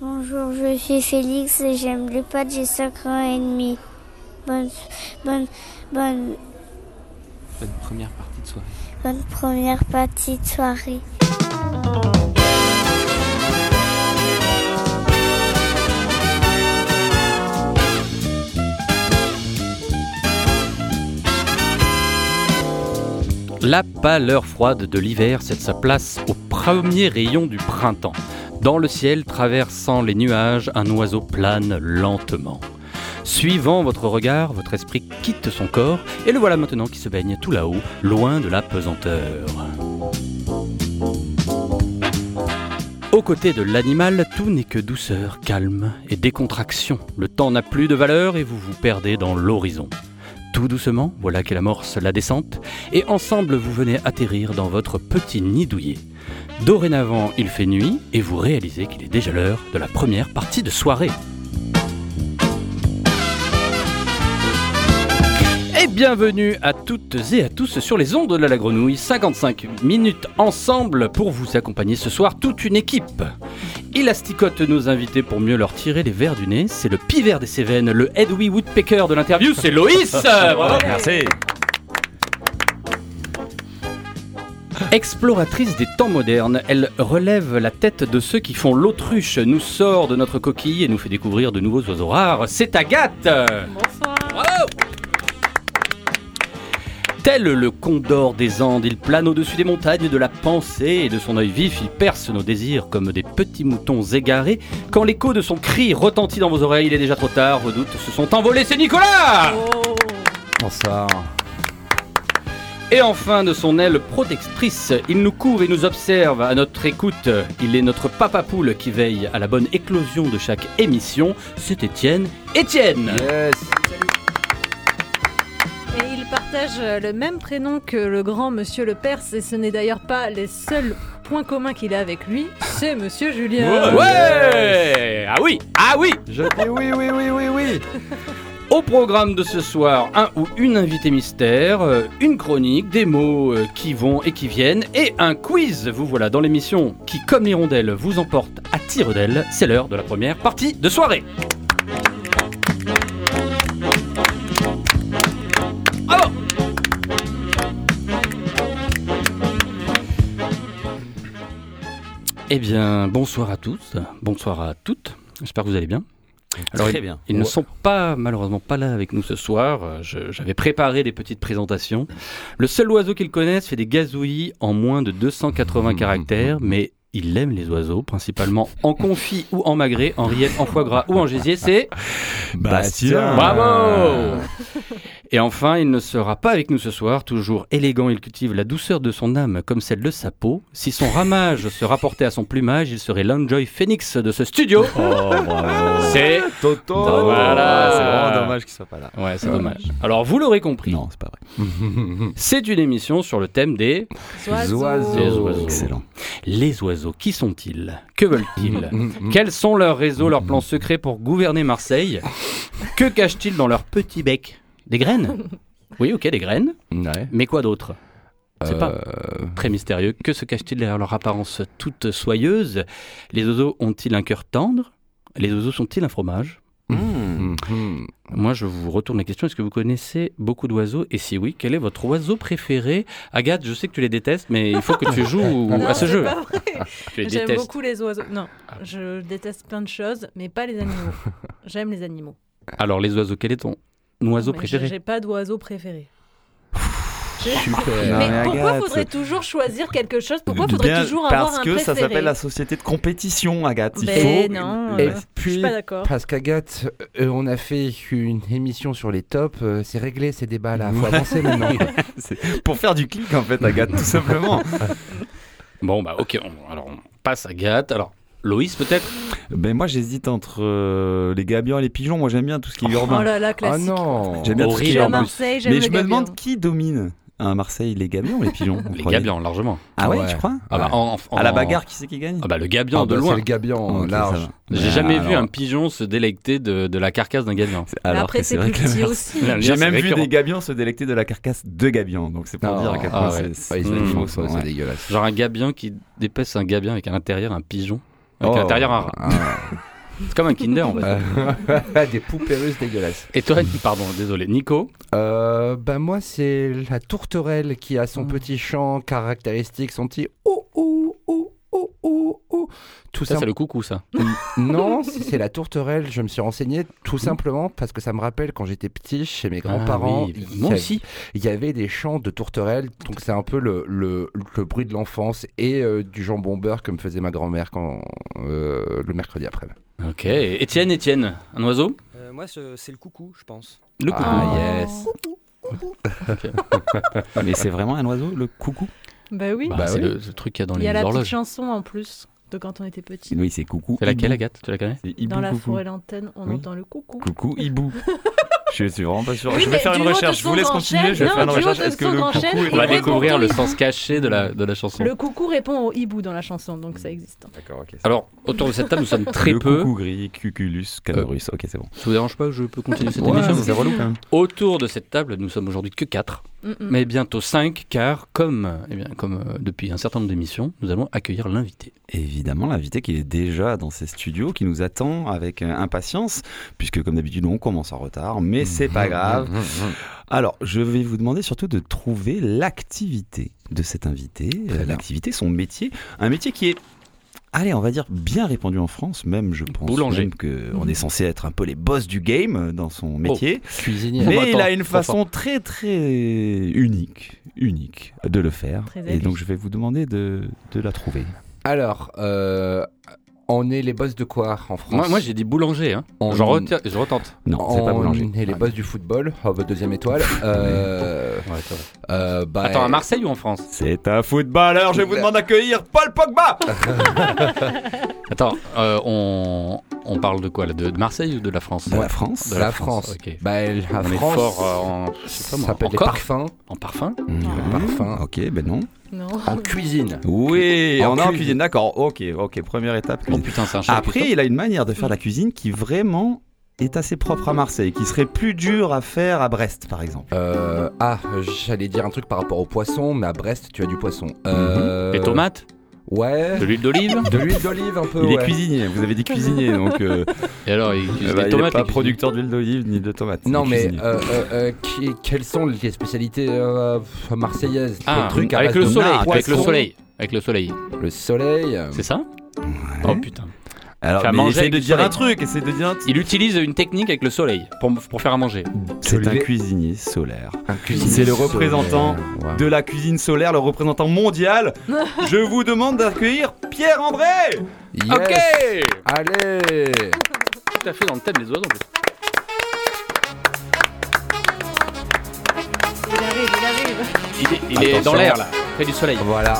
Bonjour, je suis Félix et j'aime les pâtes, j'ai 5 ans et demi. Bonne première partie de soirée. Bonne première partie de soirée. La pâleur froide de l'hiver cède sa place au premier rayon du printemps. Dans le ciel, traversant les nuages, un oiseau plane lentement. Suivant votre regard, votre esprit quitte son corps, et le voilà maintenant qui se baigne tout là-haut, loin de la pesanteur. Aux côtés de l'animal, tout n'est que douceur, calme et décontraction. Le temps n'a plus de valeur et vous vous perdez dans l'horizon. Tout doucement, voilà qu'elle amorce la descente, et ensemble vous venez atterrir dans votre petit nid douillet. Dorénavant, il fait nuit, et vous réalisez qu'il est déjà l'heure de la première partie de soirée. Et bienvenue à toutes et à tous sur les ondes de la Grenouille. 55 minutes ensemble pour vous accompagner ce soir, toute une équipe. Il asticote nos invités pour mieux leur tirer les vers du nez. C'est le pivert des Cévennes, le Edwy Woodpecker de l'interview, c'est Loïs. Bravo. Merci. Exploratrice des temps modernes, elle relève la tête de ceux qui font l'autruche, nous sort de notre coquille et nous fait découvrir de nouveaux oiseaux rares. C'est Agathe. Bonsoir. Bravo. Tel le condor des Andes, il plane au-dessus des montagnes de la pensée et de son œil vif, il perce nos désirs comme des petits moutons égarés. Quand l'écho de son cri retentit dans vos oreilles, il est déjà trop tard, vos doutes se sont envolés, c'est Nicolas. Oh. Bonsoir. Et enfin, de son aile protectrice, il nous court et nous observe à notre écoute. Il est notre papa poule qui veille à la bonne éclosion de chaque émission. C'est Étienne. Étienne. Yes. Et il partage le même prénom que le grand monsieur Le Perse, et ce n'est d'ailleurs pas les seuls points communs qu'il a avec lui, c'est monsieur Julien. Ouais. Ah oui. Ah oui. Je dis oui. Au programme de ce soir, un ou une invitée mystère, une chronique, des mots qui vont et qui viennent, et un quiz. Vous voilà dans l'émission qui, comme l'hirondelle, vous emporte à tire d'aile. C'est l'heure de la première partie de soirée. Bravo. Eh bien, bonsoir à tous, bonsoir à toutes. J'espère que vous allez bien. Alors, très bien. Ils ne sont malheureusement pas là avec nous ce soir. J'avais préparé des petites présentations. Le seul oiseau qu'ils connaissent fait des gazouillis en moins de 280 caractères, mais il aime les oiseaux, principalement en confit ou en magret, en rillette, en foie gras ou en gésier, c'est Bastien. Bravo. Et enfin, il ne sera pas avec nous ce soir. Toujours élégant, il cultive la douceur de son âme comme celle de sa peau. Si son ramage se rapportait à son plumage, il serait l'Enjoy Phoenix de ce studio. Oh, bravo. C'est Toto. Voilà. C'est vraiment dommage qu'il soit pas là. Ouais, c'est dommage. Alors, vous l'aurez compris. Non, c'est pas vrai. C'est une émission sur le thème des Oiseaux. Les oiseaux. Excellent. Les oiseaux, qui sont-ils? Que veulent-ils? Quels sont leurs réseaux, leurs plans secrets pour gouverner Marseille? Que cachent-ils dans leur petit bec? Des graines? Oui, ok, des graines. Ouais. Mais quoi d'autre? C'est pas très mystérieux. Que se cache-t-il derrière leur apparence toute soyeuse? Les oiseaux ont-ils un cœur tendre? Les oiseaux sont-ils un fromage? Moi, je vous retourne la question. Est-ce que vous connaissez beaucoup d'oiseaux? Et si oui, quel est votre oiseau préféré? Agathe, je sais que tu les détestes, mais il faut que tu joues à ce jeu. Pas vrai. Tu les J'aime détestes. beaucoup les oiseaux. Non, je déteste plein de choses, mais pas les animaux. J'aime les animaux. Alors, les oiseaux, quel est ton oiseau Mais préféré? j'ai pas d'oiseau préféré. Super. Mais pourquoi faudrait toujours choisir quelque chose? Pourquoi faudrait toujours avoir un Parce que préféré? ça s'appelle la société de compétition, Agathe. Il Ben faut... non, Et je puis, suis pas d'accord. parce qu'Agathe, on a fait une émission sur les tops, c'est réglé ces débats-là, faut avancer maintenant. C'est pour faire du clic en fait, Agathe, tout simplement. Bon, bah, ok. Alors, on passe à Agathe. Alors, Loïs, peut-être? Ben moi j'hésite entre les gabions et les pigeons. Moi j'aime bien tout ce qui est urbain. Oh là là, Ah classique. non. J'aime bien tout ce Horrible. qui Je est suis à urbain. Marseille, j'aime Mais le je me gabion. demande qui domine à Marseille, les gabions ou les pigeons vous Les croyez gabions, largement. Ah ouais, Ouais. tu crois Ah bah, À la bagarre, qui c'est qui gagne? Ah bah, le gabion Ah de bah, loin. c'est le gabion Ok, large. ça va. J'ai Mais jamais vu alors- un pigeon se délecter de la carcasse d'un gabion. Mais Alors après, que c'est vrai plus que petit la- aussi. J'ai même vu récurrent. des gabions se délecter de la carcasse de gabions. Donc c'est pour Non. dire à quel Ah point ouais. c'est... Ouais, les animaux, ça, c'est Ouais. dégueulasse. Genre un gabion qui dépaisse un gabion avec à l'intérieur un pigeon. Avec à Oh. l'intérieur un rat. Ah. C'est comme un Kinder en fait. Des poupées russes dégueulasses. Et toi, pardon, désolé, Nico? Moi, c'est la tourterelle qui a son petit chant caractéristique, son petit ou ou ou ou ou ou. Tout Ça, c'est le coucou, ça. Non, c'est la tourterelle. Je me suis renseigné tout simplement parce que ça me rappelle quand j'étais petit chez mes grands-parents. Oui, moi aussi. Il y avait des chants de tourterelle, donc c'est un peu le bruit de l'enfance et du jambon beurre que me faisait ma grand-mère le mercredi après. Ok. Étienne, un oiseau? Moi, c'est le coucou, je pense. Le coucou. Ah yes. Mais c'est vraiment un oiseau, le coucou? Bah oui. C'est le truc qu'il y a dans Il les y a la petite horloges. chanson en plus de quand on était petit. Oui, c'est coucou. C'est laquelle, hibou. Agathe? Tu la connais? C'est hibou, Dans la coucou. forêt l'antenne, on Oui. entend le coucou. Coucou, hibou. Je suis vraiment pas sûr. Oui, je vais mais faire une du haut de recherche. Je son vous laisse grand continuer. chef- Je vais non, faire une du haut recherche. de Est-ce que son le grand chef, coucou est On va répond découvrir le oui. sens caché de la chanson. Le coucou répond au hibou dans la chanson, donc ça existe. D'accord, ok. Alors, autour de cette table, nous sommes très le peu. coucou gris, cuculus, canorus. Ok, c'est bon. Ça vous dérange pas que je peux continuer cette Ouais, émission? c'est relou quand même. Autour de cette table, nous sommes aujourd'hui que 4, mais bientôt 5, car comme depuis un certain nombre d'émissions, nous allons accueillir l'invité. Évidemment, l'invité qui est déjà dans ses studios, qui nous attend avec impatience, puisque comme d'habitude, on commence en retard, mais c'est pas grave. Alors, je vais vous demander surtout de trouver l'activité de cet invité, l'activité, son métier, un métier qui est, allez, on va dire bien répandu en France, même je pense Boulanger. même qu'on est censé être un peu les boss du game dans son métier, Cuisinier. mais Attends, il a une trop façon très unique de le faire, Très et habile. donc je vais vous demander de la trouver. Alors, on est les boss de quoi en France? Moi j'ai dit boulanger, hein. On- Je retente. Non, c'est pas boulanger. On est les boss du football, deuxième étoile. Ouais, c'est vrai. Bah, Attends, à Marseille ou en France? C'est un footballeur, je vous demande d'accueillir Paul Pogba. Attends, on parle de quoi là, de Marseille ou de la France? De la France. de la France. Ok. Bah, la On est France, fort en, je sais pas moi, ça s'appelle en les coque, parfums. en parfum. Parfum. Ok, ben non. Non. En cuisine. Oui, En on est en cuisine. cuisine, d'accord. Ok, première étape. Oh cuisine. putain, c'est un chef. Après, il a une manière de faire la cuisine qui vraiment est assez propre à Marseille, qui serait plus dur à faire à Brest, par exemple. J'allais dire un truc par rapport au poisson, mais à Brest, tu as du poisson. Des tomates, Ouais. de l'huile d'olive. De l'huile d'olive un peu. Il est ouais. cuisinier, vous avez dit cuisinier, donc Et alors, il cuisine des il tomates. n'est pas les cuisiniers. producteur d'huile d'olive ni de tomates. Non, il est mais cuisinier. quelles sont les spécialités marseillaises? Ah, Les trucs à avec base le de soleil, poisson, avec le soleil, avec le soleil. Le soleil. C'est ça? Ouais. Oh putain. Alors, faire mais manger essaye avec de du dire un soleil. truc, essaye de dire un truc. Il utilise une technique avec le soleil pour faire à manger. C'est un l'ai- cuisinier solaire. Un cuisinier C'est le solaire. représentant Ouais. de la cuisine solaire, le représentant mondial. Je vous demande d'accueillir Pierre-André. Yes. Ok. Allez. Tout à fait dans le thème des oiseaux. En plus. Il arrive. Il est Attention. dans l'air là, près du soleil. Voilà.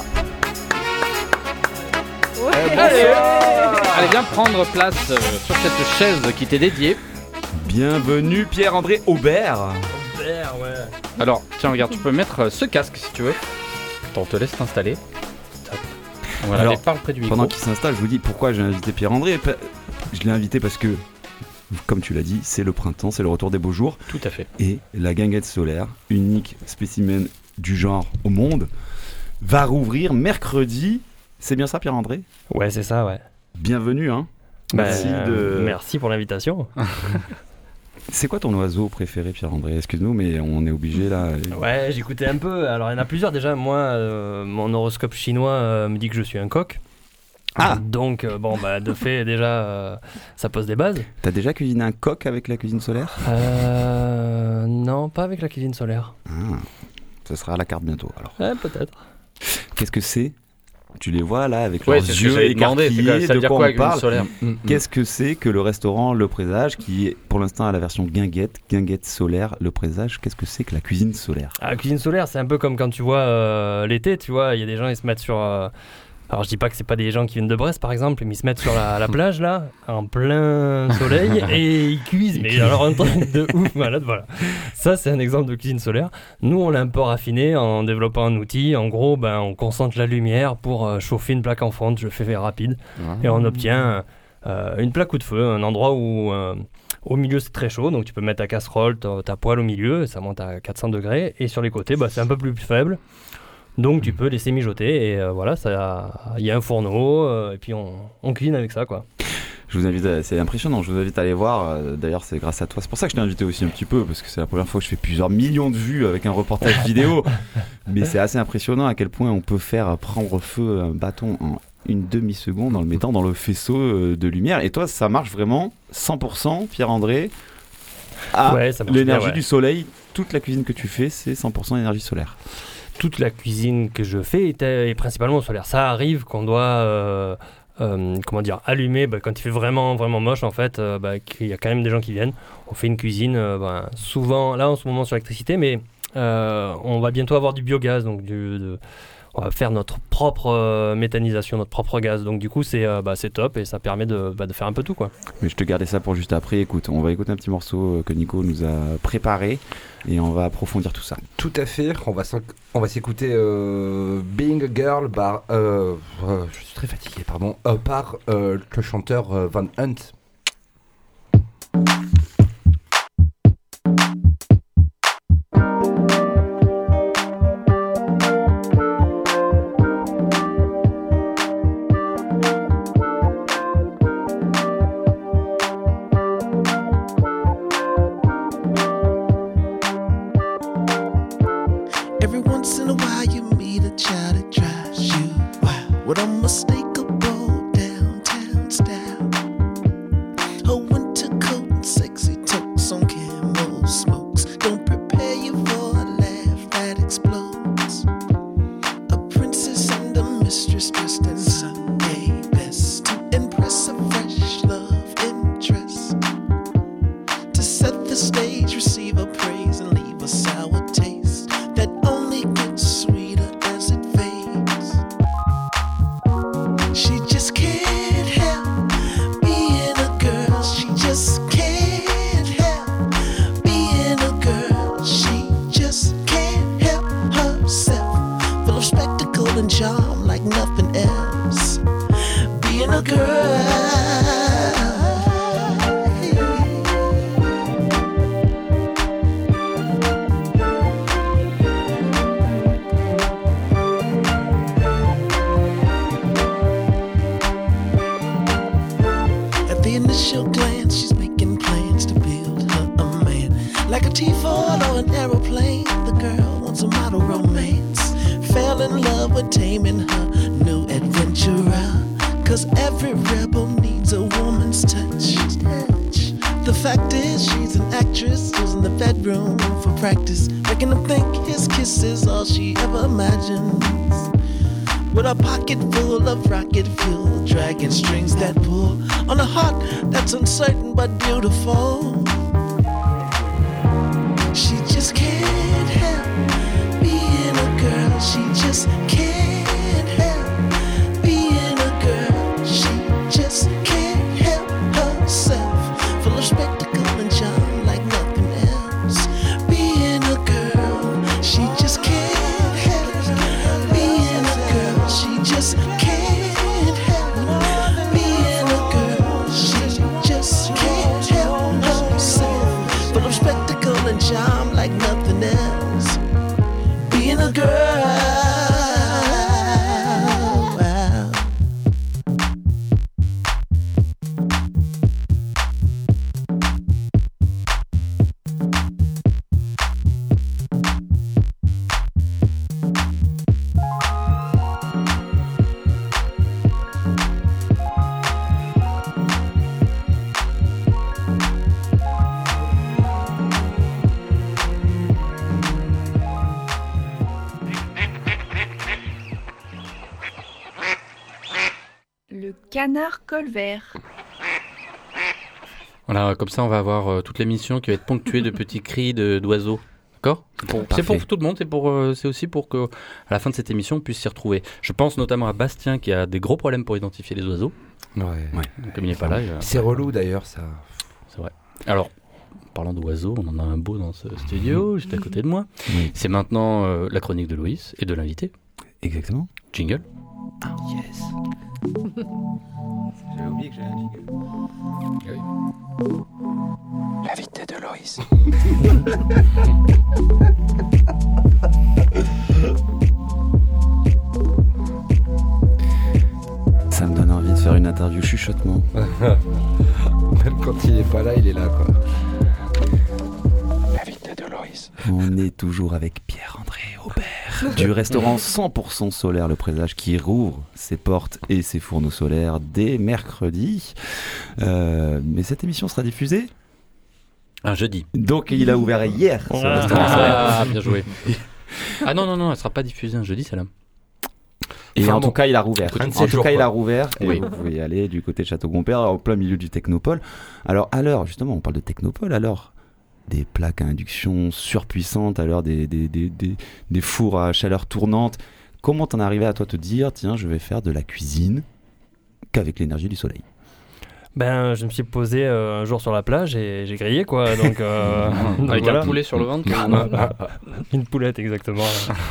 Ouais. Allez, viens prendre place sur cette chaise qui t'est dédiée. Bienvenue Pierre-André Aubert. Alors, tiens, regarde, tu peux mettre ce casque si tu veux. Attends, on te laisse t'installer. Hop. Voilà, Alors, allez, parle près du micro. Pendant qu'il s'installe, je vous dis pourquoi j'ai invité Pierre-André. Je l'ai invité parce que, comme tu l'as dit, c'est le printemps, c'est le retour des beaux jours. Tout à fait. Et la guinguette solaire, unique spécimen du genre au monde, va rouvrir mercredi. C'est bien ça Pierre-André? Ouais, c'est ça, ouais. Bienvenue, hein. Bah, Merci Merci pour l'invitation. C'est quoi ton oiseau préféré Pierre-André? Excuse-nous, mais on est obligé là. Ouais, j'écoutais un peu. Alors, il y en a plusieurs déjà. Moi, mon horoscope chinois me dit que je suis un coq. Ah. Donc, bon, bah, de fait, déjà, ça pose des bases. T'as déjà cuisiné un coq avec la cuisine solaire? Non, pas avec la cuisine solaire. Ah, ce sera à la carte bientôt alors. Ouais, peut-être. Qu'est-ce que c'est? Tu les vois là avec Ouais, leurs c'est ce que yeux j'allais demander. écarquillés, Ça veut de dire quoi quoi on avec une parle? solaire? Qu'est-ce que c'est que le restaurant Le Présage qui est pour l'instant à la version guinguette solaire, Le Présage? Qu'est-ce que c'est que la cuisine solaire? Ah, la cuisine solaire, c'est un peu comme quand tu vois l'été, tu vois, il y a des gens, ils se mettent sur... alors, je dis pas que c'est pas des gens qui viennent de Brest, par exemple, mais ils se mettent sur la plage, là, en plein soleil, et ils cuisent. Mais alors, un truc de ouf, malade, voilà. Ça, c'est un exemple de cuisine solaire. Nous, on l'a un peu raffiné en développant un outil. En gros, ben, on concentre la lumière pour chauffer une plaque en fonte, je fais rapide, et on obtient une plaque ou de feu, un endroit où... au milieu, c'est très chaud, donc tu peux mettre ta casserole, ta poêle au milieu, ça monte à 400 degrés, et sur les côtés, bah, c'est un peu plus faible. Donc tu peux laisser mijoter et voilà, il y a un fourneau et puis on cuisine avec ça quoi. Je vous invite, c'est impressionnant, je vous invite à aller voir. D'ailleurs, c'est grâce à toi. C'est pour ça que je t'ai invité aussi un petit peu, parce que c'est la première fois que je fais plusieurs millions de vues avec un reportage vidéo. Mais c'est assez impressionnant à quel point on peut faire prendre feu un bâton en une demi-seconde en le mettant dans le faisceau de lumière. Et toi, ça marche vraiment 100%, Pierre-André, à Ouais, ça marche l'énergie bien, ouais. du soleil. Toute la cuisine que tu fais, c'est 100% énergie solaire. Toute la cuisine que je fais est principalement au solaire. Ça arrive qu'on doit allumer quand il fait vraiment vraiment moche en fait, qu'il y a quand même des gens qui viennent. On fait une cuisine souvent là en ce moment sur l'électricité, mais on va bientôt avoir du biogaz, donc on va faire notre propre méthanisation, notre propre gaz. Donc du coup c'est top et ça permet de faire un peu tout quoi. Mais je te gardais ça pour juste après. Écoute, on va écouter un petit morceau que Nico nous a préparé et on va approfondir tout ça. Tout à fait. On va s'écouter Being a Girl je suis très fatigué, pardon, par le chanteur Van Hunt. Every once in a while you meet a child that drives you wild with unmistakable downtown style. A winter coat and sexy toques on camel smokes don't prepare you for a laugh that explodes. A princess and a mistress dressed in Sunday best to impress a fresh love interest. To set the stage, receive a praise and leave a sour taste that only gets sweeter as it fades. She just can't help being a girl. She just can't help being a girl. She just can't help herself. Full of spectacle and charm like nothing else. Being a girl. At the initial glance, she's making plans to build her a man. Like a T-Ford or an aeroplane, the girl wants a model romance. Fell in love with taming her new adventurer. Cause every rebel needs a woman's touch. The fact is, she's an actress who's in the bedroom for practice, making him think his kiss is all she ever imagines. With a pocket full of rocket fuel, dragging strings that pull on a heart that's uncertain but beautiful. She just can't help being a girl. She just can't help being a girl. She just can't help herself. Full of spectacle and charm like nothing else. Being a girl. She just can't help being a girl. She just can't help being a girl. She just can't help herself. Full of spectacle and charm like nothing else. Being a girl. Le canard colvert. Voilà, comme ça on va avoir toute l'émission qui va être ponctuée de petits cris d'oiseaux. D'accord ? C'est pour tout le monde, c'est aussi pour que à la fin de cette émission on puisse s'y retrouver. Je pense notamment à Bastien qui a des gros problèmes pour identifier les oiseaux. Ouais. Comme il n'est pas là. C'est relou d'ailleurs ça. C'est vrai. Alors, parlant d'oiseaux, on en a un beau dans ce studio, juste à côté de moi. Oui. C'est maintenant la chronique de Loïs et de l'invité. Exactement. Jingle. Yes. J'avais oublié que j'avais un jingle. L'invité de Loïs. Ça me donne envie de faire une interview chuchotement. Quand il est pas là, il est là, quoi. On est toujours avec Pierre-André Aubert du restaurant 100% solaire Le Présage qui rouvre ses portes et ses fourneaux solaires dès mercredi. Mais cette émission sera diffusée Un jeudi. donc il a ouvert hier ce restaurant solaire. Ah, bien joué. Ah non, elle sera pas diffusée un jeudi, celle-là. Et Enfin, en tout bon. cas, il a rouvert. Écoute, En c'est tout jour, cas, il quoi. a rouvert. Et Oui. vous pouvez y aller du côté de Château-Gompère, en plein milieu du Technopole. Alors, à l'heure, justement, on parle de Technopole, alors des plaques à induction surpuissantes, à l'heure des fours à chaleur tournante. Comment t'en es arrivé à toi te dire, tiens, je vais faire de la cuisine qu'avec l'énergie du soleil? Ben, je me suis posé un jour sur la plage et j'ai grillé, quoi. Donc, donc Avec voilà. un poulet sur le ventre. Une poulette, exactement.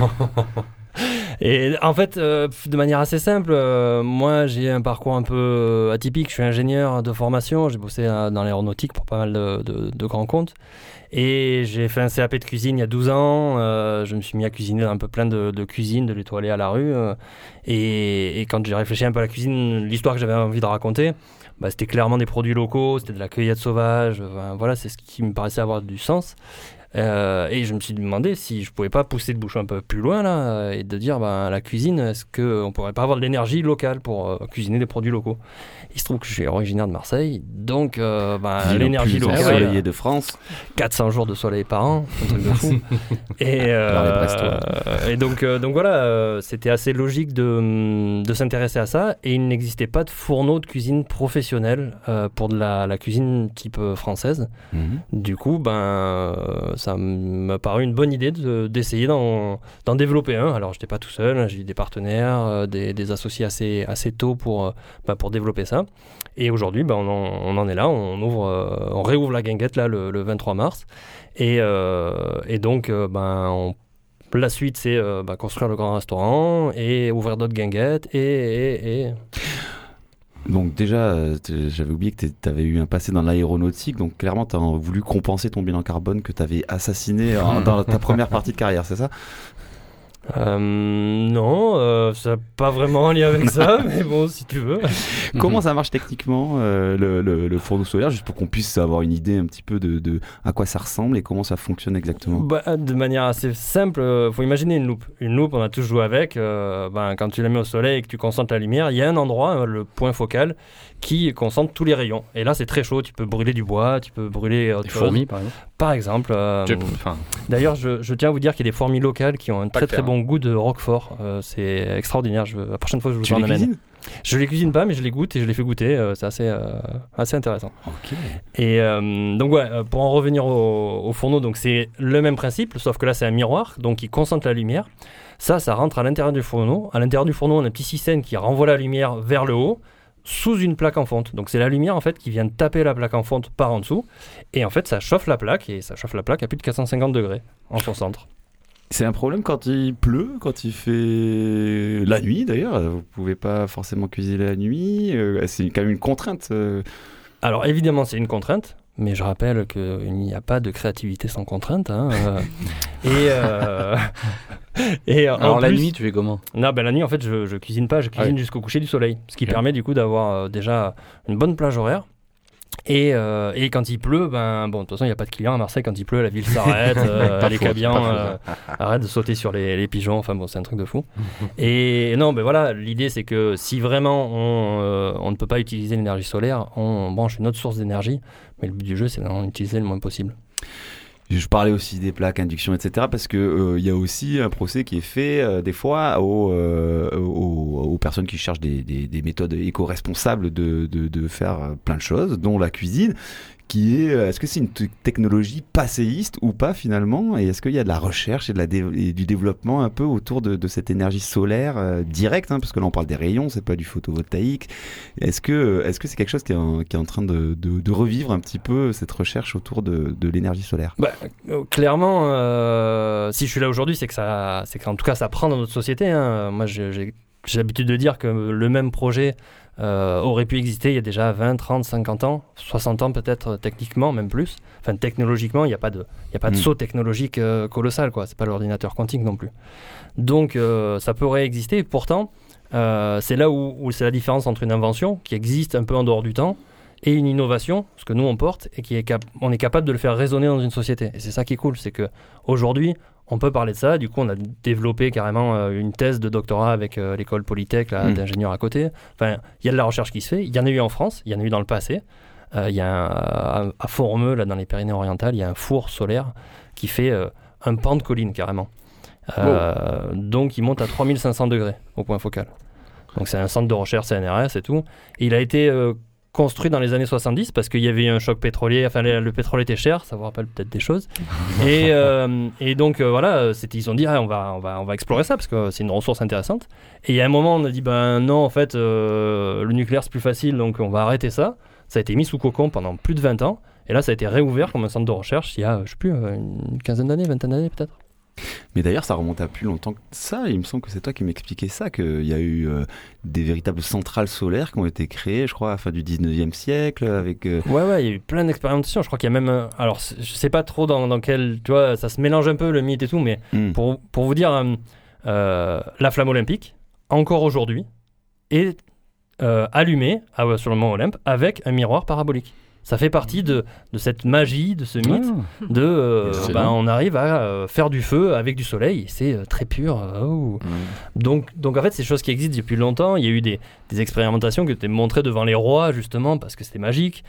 Et en fait, de manière assez simple, moi j'ai un parcours un peu atypique. Je suis ingénieur de formation, j'ai bossé dans l'aéronautique pour pas mal de grands comptes. Et j'ai fait un CAP de cuisine il y a 12 ans. Je me suis mis à cuisiner dans un peu plein de cuisines, de l'étoilé à la rue. Et quand j'ai réfléchi un peu à la cuisine, l'histoire que j'avais envie de raconter, bah, c'était clairement des produits locaux, c'était de la cueillette sauvage. Voilà, c'est ce qui me paraissait avoir du sens. Et je me suis demandé si je pouvais pas pousser le bouchon un peu plus loin là et de dire la cuisine, est-ce qu'on pourrait pas avoir de l'énergie locale pour cuisiner des produits locaux. Il se trouve que je suis originaire de Marseille, donc Ville l'énergie plus locale, ensoleillée de France. 400 jours de soleil par an, un truc de fou. Et, Dans les Brestois. et donc voilà, c'était assez logique de s'intéresser à ça. Et il n'existait pas de fourneau de cuisine professionnel pour de la cuisine type française. Mhm. Du coup, ça m'a paru une bonne idée d'essayer d'en développer un. Alors, j'étais pas tout seul, j'ai eu des partenaires, des associés assez tôt pour développer ça. Et aujourd'hui, on en est là, on réouvre la guinguette là, le 23 mars. Et donc, la suite, c'est construire le grand restaurant et ouvrir d'autres guinguettes et... Donc déjà, j'avais oublié que tu avais eu un passé dans l'aéronautique, donc clairement tu as voulu compenser ton bilan carbone que tu avais assassiné dans ta première partie de carrière, c'est ça? Non, ça n'a pas vraiment un lien avec ça, mais bon, si tu veux. Comment ça marche techniquement le fourneau solaire, juste pour qu'on puisse avoir une idée un petit peu de à quoi ça ressemble et comment ça fonctionne exactement? De manière assez simple, faut imaginer une loupe. Une loupe, on a tous joué avec. Quand tu la mets au soleil et que tu concentres la lumière, il y a un endroit, le point focal, qui concentre tous les rayons. Et là, c'est très chaud. Tu peux brûler du bois, tu peux brûler autre Des chose. fourmis, par exemple. Par exemple. D'ailleurs, je tiens à vous dire qu'il y a des fourmis locales qui ont un très très bon goût de roquefort. C'est extraordinaire. La prochaine fois, je vous en amène. Cuisines? Je les cuisine pas, mais je les goûte et je les fais goûter. C'est assez intéressant. Ok. Et donc pour en revenir au fourneau, donc c'est le même principe, sauf que là c'est un miroir, donc il concentre la lumière. Ça rentre à l'intérieur du fourneau. À l'intérieur du fourneau, on a un petit système qui renvoie la lumière vers le haut, sous une plaque en fonte. Donc c'est la lumière en fait qui vient taper la plaque en fonte par en dessous, et en fait ça chauffe la plaque, et ça chauffe la plaque à plus de 450 degrés en son centre. C'est un problème quand il pleut, quand il fait la nuit d'ailleurs. Vous pouvez pas forcément cuisiner la nuit. C'est quand même une contrainte. Alors évidemment c'est une contrainte, mais je rappelle qu'il n'y a pas de créativité sans contrainte. Et Alors en la plus, nuit, tu fais comment? Non, la nuit en fait je cuisine pas, je cuisine jusqu'au coucher du soleil, ce qui permet du coup d'avoir déjà une bonne plage horaire. Et quand il pleut, de toute façon il n'y a pas de clients à Marseille. Quand il pleut, la ville s'arrête, les cabians arrêtent de sauter sur les pigeons. Enfin bon, c'est un truc de fou. Et non, voilà, l'idée c'est que si vraiment on ne peut pas utiliser l'énergie solaire, on branche une autre source d'énergie. Mais le but du jeu, c'est d'en utiliser le moins possible. Je parlais aussi des plaques induction, etc. Parce que y a aussi un procès qui est fait des fois aux personnes qui cherchent des méthodes éco-responsables de faire plein de choses, dont la cuisine, qui est, est-ce que c'est une technologie passéiste ou pas finalement, et est-ce qu'il y a de la recherche et du développement un peu autour de cette énergie solaire directe, parce que là on parle des rayons, c'est pas du photovoltaïque. Est-ce que c'est quelque chose qui est en train de revivre un petit peu cette recherche autour de l'énergie solaire? Clairement, si je suis là aujourd'hui, c'est qu'en tout cas ça prend dans notre société. Moi j'ai l'habitude de dire que le même projet aurait pu exister il y a déjà 20, 30, 50 ans, 60 ans peut-être techniquement, même plus. Enfin technologiquement, il n'y a pas de saut technologique colossal, quoi. C'est pas l'ordinateur quantique non plus. Donc ça pourrait exister, et pourtant c'est là où c'est la différence entre une invention qui existe un peu en dehors du temps et une innovation, ce que nous on porte, et on est capable de le faire résonner dans une société. Et c'est ça qui est cool, c'est qu'aujourd'hui, on peut parler de ça. Du coup, on a développé carrément une thèse de doctorat avec l'école Polytech d'ingénieurs à côté. Enfin, il y a de la recherche qui se fait. Il y en a eu en France, il y en a eu dans le passé. Il y a à Font-Romeu, là, dans les Pyrénées-Orientales, il y a un four solaire qui fait un pan de colline carrément. Donc, il monte à 3500 degrés au point focal. Donc, c'est un centre de recherche CNRS et tout. Et il a été construit dans les années 70 parce qu'il y avait eu un choc pétrolier, enfin le pétrole était cher, ça vous rappelle peut-être des choses. Et donc voilà, ils ont dit on va explorer ça parce que c'est une ressource intéressante. Et il y a un moment on a dit non en fait le nucléaire c'est plus facile donc on va arrêter ça. Ça a été mis sous cocon pendant plus de 20 ans et là ça a été réouvert comme un centre de recherche il y a je sais plus une quinzaine d'années, vingtaine d'années peut-être. Mais d'ailleurs, ça remonte à plus longtemps que ça. Il me semble que c'est toi qui m'expliquais ça, qu'il y a eu des véritables centrales solaires qui ont été créées, je crois, à la fin du 19e siècle. Avec, Ouais, il y a eu plein d'expérimentations. Je crois qu'il y a même... alors, je sais pas trop dans quel... Tu vois, ça se mélange un peu, le mythe et tout, mais pour vous dire, la flamme olympique, encore aujourd'hui, est allumée sur le mont Olympe avec un miroir parabolique. Ça fait partie de cette magie, de ce mythe, on arrive à faire du feu avec du soleil, et c'est très pur. Donc en fait, c'est des choses qui existent depuis longtemps. Il y a eu des expérimentations qui étaient montrées devant les rois, justement, parce que c'était magique.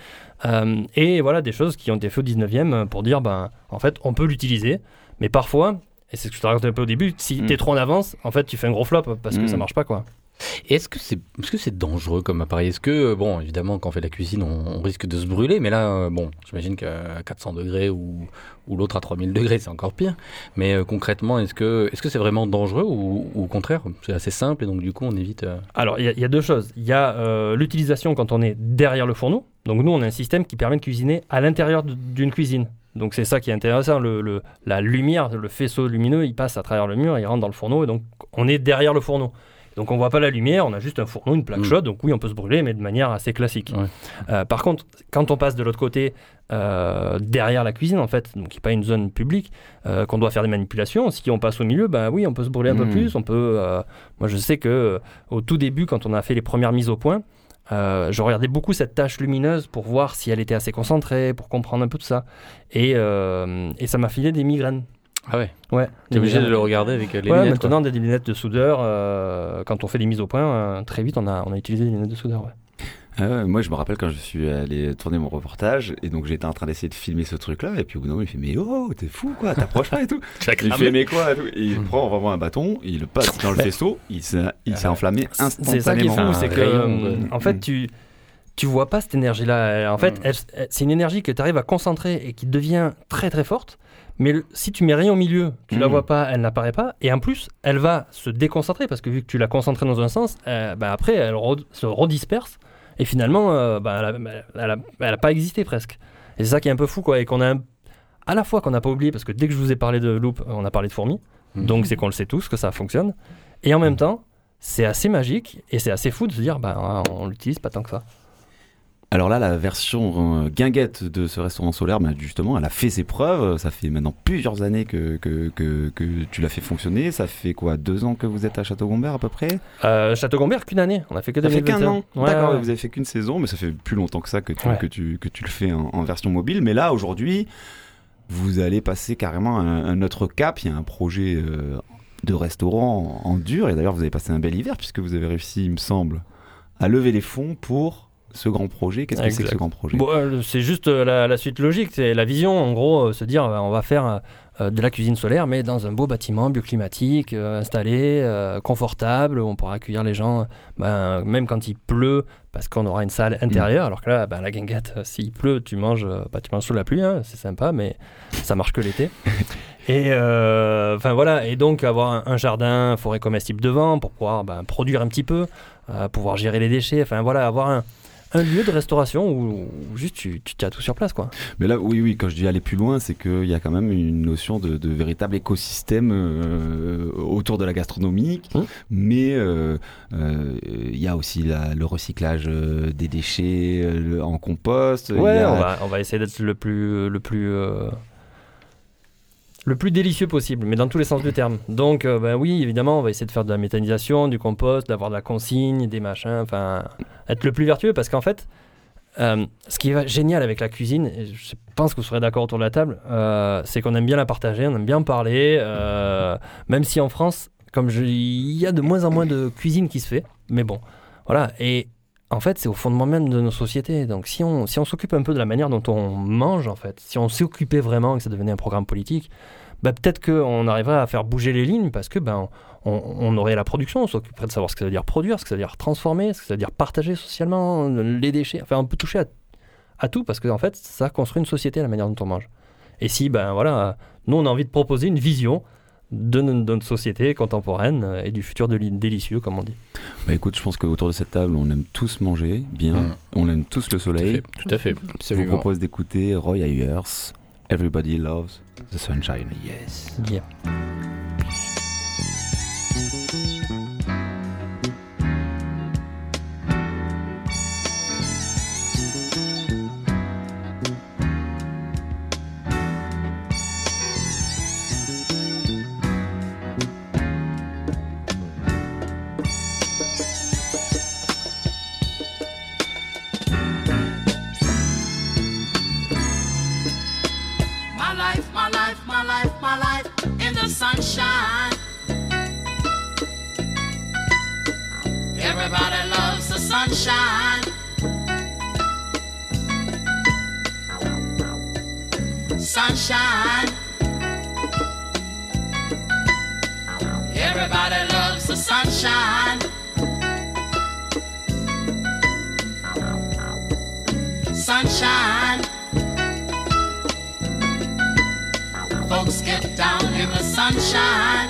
Et voilà, des choses qui ont été faites au 19e pour dire, en fait, on peut l'utiliser, mais parfois, et c'est ce que je te racontais un peu au début, si t'es trop en avance, en fait, tu fais un gros flop parce que ça marche pas, quoi. Et est-ce que c'est dangereux comme appareil ? Est-ce que, bon, évidemment, quand on fait de la cuisine, on risque de se brûler, mais là, j'imagine qu'à 400 degrés ou l'autre à 3000 degrés, c'est encore pire. Mais concrètement, est-ce que c'est vraiment dangereux ou au contraire, c'est assez simple et donc du coup, on évite... Alors, il y a deux choses. Il y a l'utilisation quand on est derrière le fourneau. Donc nous, on a un système qui permet de cuisiner à l'intérieur d'une cuisine. Donc c'est ça qui est intéressant, la lumière, le faisceau lumineux, il passe à travers le mur, il rentre dans le fourneau, et donc on est derrière le fourneau. Donc on voit pas la lumière, on a juste un fourneau, une plaque chaude, donc oui on peut se brûler, mais de manière assez classique. Ouais. Par contre, quand on passe de l'autre côté, derrière la cuisine en fait, donc il n'y a pas une zone publique, qu'on doit faire des manipulations, si on passe au milieu, oui on peut se brûler un peu plus, on peut... moi je sais que au tout début, quand on a fait les premières mises au point, je regardais beaucoup cette tache lumineuse pour voir si elle était assez concentrée, pour comprendre un peu tout ça. Et ça m'a filé des migraines. Ah ouais. Ouais. T'es obligé de le regarder avec les lunettes. Maintenant, des lunettes de soudeur, quand on fait des mises au point, très vite, on a utilisé des lunettes de soudeur. Ouais. Moi, je me rappelle quand je suis allé tourner mon reportage, et donc j'étais en train d'essayer de filmer ce truc-là, et puis au bout d'un moment, il fait mais t'es fou quoi, t'approches pas et tout. Il fait mais quoi et tout. Et il prend vraiment un bâton, il le passe dans le faisceau, il s'est enflammé instantanément. C'est ça qui est fou, c'est que en fait tu vois pas cette énergie-là. En fait, c'est une énergie que tu arrives à concentrer et qui devient très très forte. Mais si tu mets rien au milieu, tu la vois pas, elle n'apparaît pas. Et en plus, elle va se déconcentrer parce que vu que tu l'as concentrée dans un sens, après, elle se redisperse. Et finalement, elle a pas existé presque. Et c'est ça qui est un peu fou, quoi. Et qu'on a à la fois qu'on n'a pas oublié, parce que dès que je vous ai parlé de loupe, on a parlé de fourmis. Donc c'est qu'on le sait tous, que ça fonctionne. Et en même temps, c'est assez magique et c'est assez fou de se dire, on l'utilise pas tant que ça. Alors là, la version guinguette de ce restaurant solaire, justement, elle a fait ses preuves. Ça fait maintenant plusieurs années que tu l'as fait fonctionner. Ça fait quoi, 2 ans que vous êtes à Château-Gombert à peu près ? Château-Gombert, qu'une année. On a fait que 2021. Ça fait qu'un an. Ouais, D'accord, ouais. vous avez fait qu'une saison, mais ça fait plus longtemps que ça que tu le fais en version mobile. Mais là, aujourd'hui, vous allez passer carrément un autre cap. Il y a un projet de restaurant en dur. Et d'ailleurs, vous avez passé un bel hiver puisque vous avez réussi, il me semble, à lever les fonds pour... ce grand projet. Qu'est-ce que c'est que ce grand projet ? C'est juste la suite logique, c'est la vision, en gros, se dire on va faire de la cuisine solaire, mais dans un beau bâtiment bioclimatique, installé, confortable, où on pourra accueillir les gens, même quand il pleut, parce qu'on aura une salle intérieure, alors que là, la guinguette, s'il pleut, tu manges sous la pluie, c'est sympa, mais ça marche que l'été. Et voilà, et donc avoir un jardin, forêt comestible devant, pour pouvoir produire un petit peu, pouvoir gérer les déchets, avoir un lieu de restauration où juste tu tiens tout sur place, quoi. Mais là, oui, quand je dis aller plus loin, c'est qu'il y a quand même une notion de véritable écosystème autour de la gastronomie, mais il y a aussi le recyclage des déchets en compost. Ouais, on va essayer d'être le plus délicieux possible, mais dans tous les sens du terme. Donc, oui, évidemment, on va essayer de faire de la méthanisation, du compost, d'avoir de la consigne, des machins, être le plus vertueux, parce qu'en fait, Ce qui est génial avec la cuisine, et je pense que vous serez d'accord autour de la table, c'est qu'on aime bien la partager, on aime bien en parler, même si en France, il y a de moins en moins de cuisine qui se fait, mais bon, voilà. Et en fait, c'est au fondement même de nos sociétés. Donc, si on s'occupe un peu de la manière dont on mange, en fait, si on s'occupait vraiment, que ça devenait un programme politique, peut-être qu'on arriverait à faire bouger les lignes parce que on aurait la production, on s'occuperait de savoir ce que ça veut dire produire, ce que ça veut dire transformer, ce que ça veut dire partager socialement, les déchets. Enfin, on peut toucher à tout parce que en fait, ça construit une société, la manière dont on mange. Et si, nous, on a envie de proposer une vision de notre société contemporaine et du futur délicieux, comme on dit. Écoute, je pense qu'autour de cette table, on aime tous manger bien, on aime tous le soleil. Tout à fait. Je vous propose d'écouter Roy Ayers, Everybody Loves the Sunshine. Yes. Yeah. My life in the sunshine. Everybody loves the sunshine. Sunshine. Everybody loves the sunshine. Sunshine. Folks get down in the sunshine.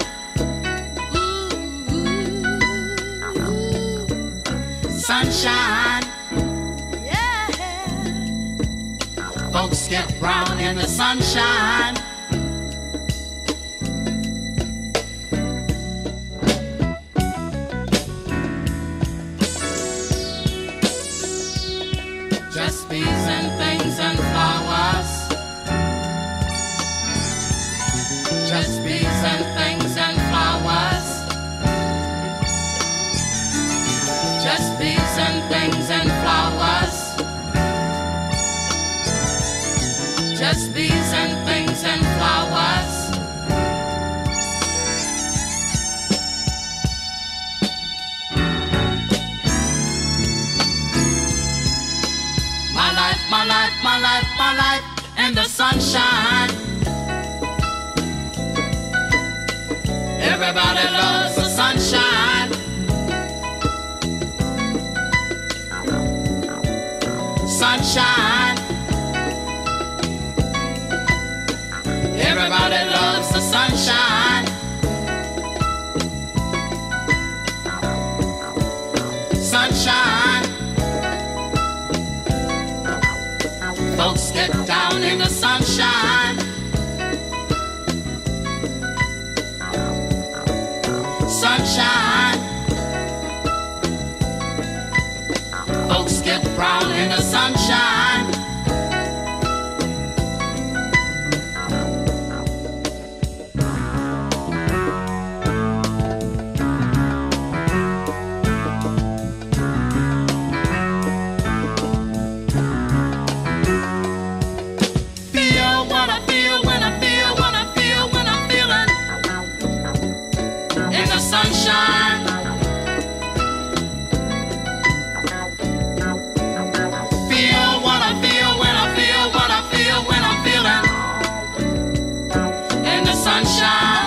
Sunshine. Yeah. Folks get brown in the sunshine. Just bees and things and flowers. Just bees and things and flowers. Just bees and things and flowers. Just bees and things and flowers. My life, my life, my life, my life in the sunshine. Everybody loves the sunshine. Sunshine. Everybody loves the sunshine. Sunshine. Folks get down in the sunshine. Sunshine. Folks get brown in the sunshine. Feel what I feel when I feel what I feel when I'm feeling in the sunshine. Feel what I feel when I feel what I feel when I'm feeling in the sunshine.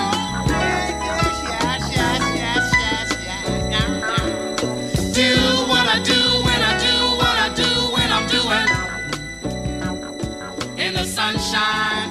Do what I do when I do what I do when I'm doing in the sunshine.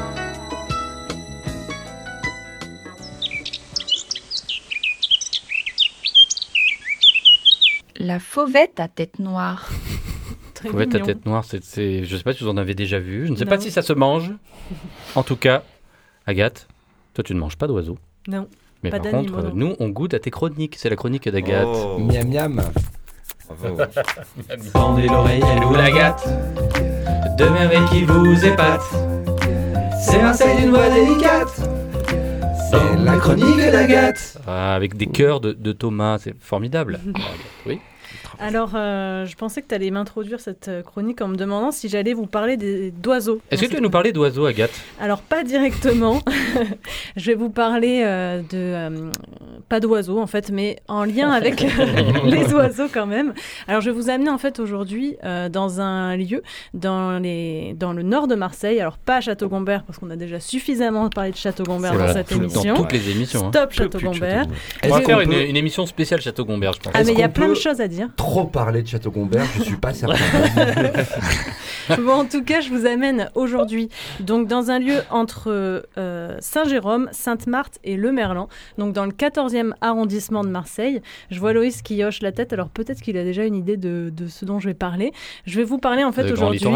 La fauvette à tête noire. Très Fauvette à mignon. tête noire, je sais pas si vous en avez déjà vu. Je ne sais Non. pas si ça se mange. En tout cas, Agathe, toi tu ne manges pas d'oiseaux. Non. Mais Pas par d'animaux, contre, non. nous on goûte à tes chroniques. C'est la chronique d'Agathe. Oh. Miam miam. Bravo. Tendez l'oreille, elle ou la gâte. De merveilles qui vous épatent. C'est Marseille d'une voix délicate. C'est la chronique d'Agathe. Ah, avec des cœurs de Thomas, c'est formidable. Oui. Alors, je pensais que tu allais m'introduire cette chronique en me demandant si j'allais vous parler d'oiseaux. Est-ce que tu veux nous parler d'oiseaux, Agathe ? Alors, pas directement. Je vais vous parler pas d'oiseaux, en fait, mais en lien avec les oiseaux quand même. Alors, je vais vous amener, en fait, aujourd'hui dans un lieu dans le nord de Marseille. Alors, pas à Château-Gombert, parce qu'on a déjà suffisamment parlé de Château-Gombert dans cette émission. Dans toutes les émissions. Stop Château-Gombert. On va faire une émission spéciale Château-Gombert, je pense. Ah, mais il y a plein de choses à dire. Trop parler de Château-Gombert, je suis pas certain. Bon, en tout cas, je vous amène aujourd'hui donc dans un lieu entre Saint-Jérôme, Sainte-Marthe et Le Merlan, donc dans le 14e arrondissement de Marseille. Je vois Loïs qui hoche la tête, alors peut-être qu'il a déjà une idée de ce dont je vais parler. Je vais vous parler en fait aujourd'hui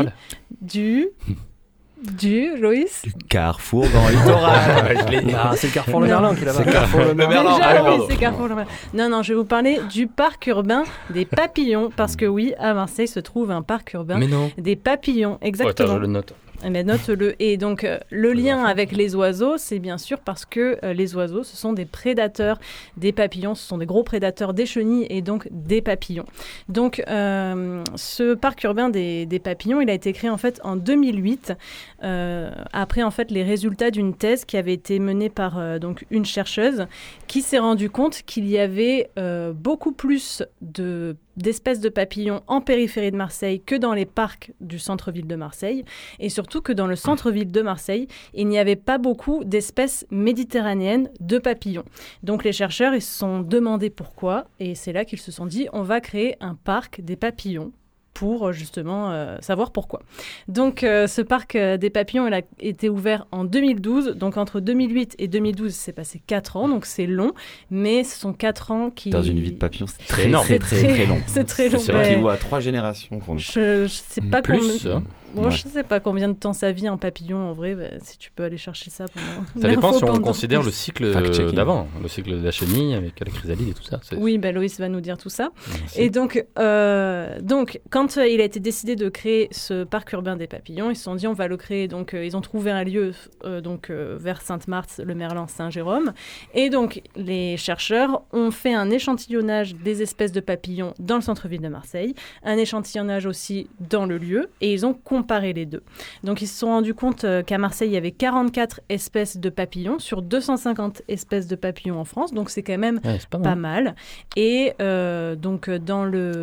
du Loïs Carrefour Grand Littoral. C'est le Carrefour Le Merlan qui est là-bas. C'est Carrefour Le Merlan. C'est Carrefour Le Merlan. Non, je vais vous parler du parc urbain des papillons, parce que oui, à Marseille se trouve un parc urbain des papillons, exactement. Attends, je le note. Mais note-le. Et donc, le lien avec les oiseaux, c'est bien sûr parce que les oiseaux, ce sont des prédateurs des papillons, ce sont des gros prédateurs des chenilles et donc des papillons. Donc, ce parc urbain des papillons, il a été créé en fait en 2008, après en fait les résultats d'une thèse qui avait été menée par donc une chercheuse qui s'est rendue compte qu'il y avait beaucoup plus d'espèces de papillons en périphérie de Marseille que dans les parcs du centre-ville de Marseille, et surtout que dans le centre-ville de Marseille, il n'y avait pas beaucoup d'espèces méditerranéennes de papillons. Donc les chercheurs, ils se sont demandé pourquoi, et c'est là qu'ils se sont dit, on va créer un parc des papillons pour justement savoir pourquoi. Donc ce parc des papillons, il a été ouvert en 2012, donc entre 2008 et 2012, c'est passé 4 ans, donc c'est long, mais ce sont 4 ans qui... Dans une vie de papillon, c'est très énorme. C'est très long. C'est très long. C'est vrai qu'il voit 3 générations. Je sais pas plus, Moi, je sais pas combien de temps ça vit un papillon en vrai, si tu peux aller chercher ça pendant... Ça dépend si on considère le cycle d'avant, le cycle de la chenille avec la chrysalide et tout ça. Oui, Loïs va nous dire tout ça. Merci. Et donc quand il a été décidé de créer ce parc urbain des papillons, ils se sont dit on va le créer. Donc ils ont trouvé un lieu vers Sainte-Marthe, Le Merlan, Saint-Jérôme. Et donc les chercheurs ont fait un échantillonnage des espèces de papillons dans le centre-ville de Marseille, un échantillonnage aussi dans le lieu, et ils ont comparé les deux. Donc ils se sont rendus compte qu'à Marseille, il y avait 44 espèces de papillons sur 250 espèces de papillons en France, donc c'est quand même pas mal. Et donc dans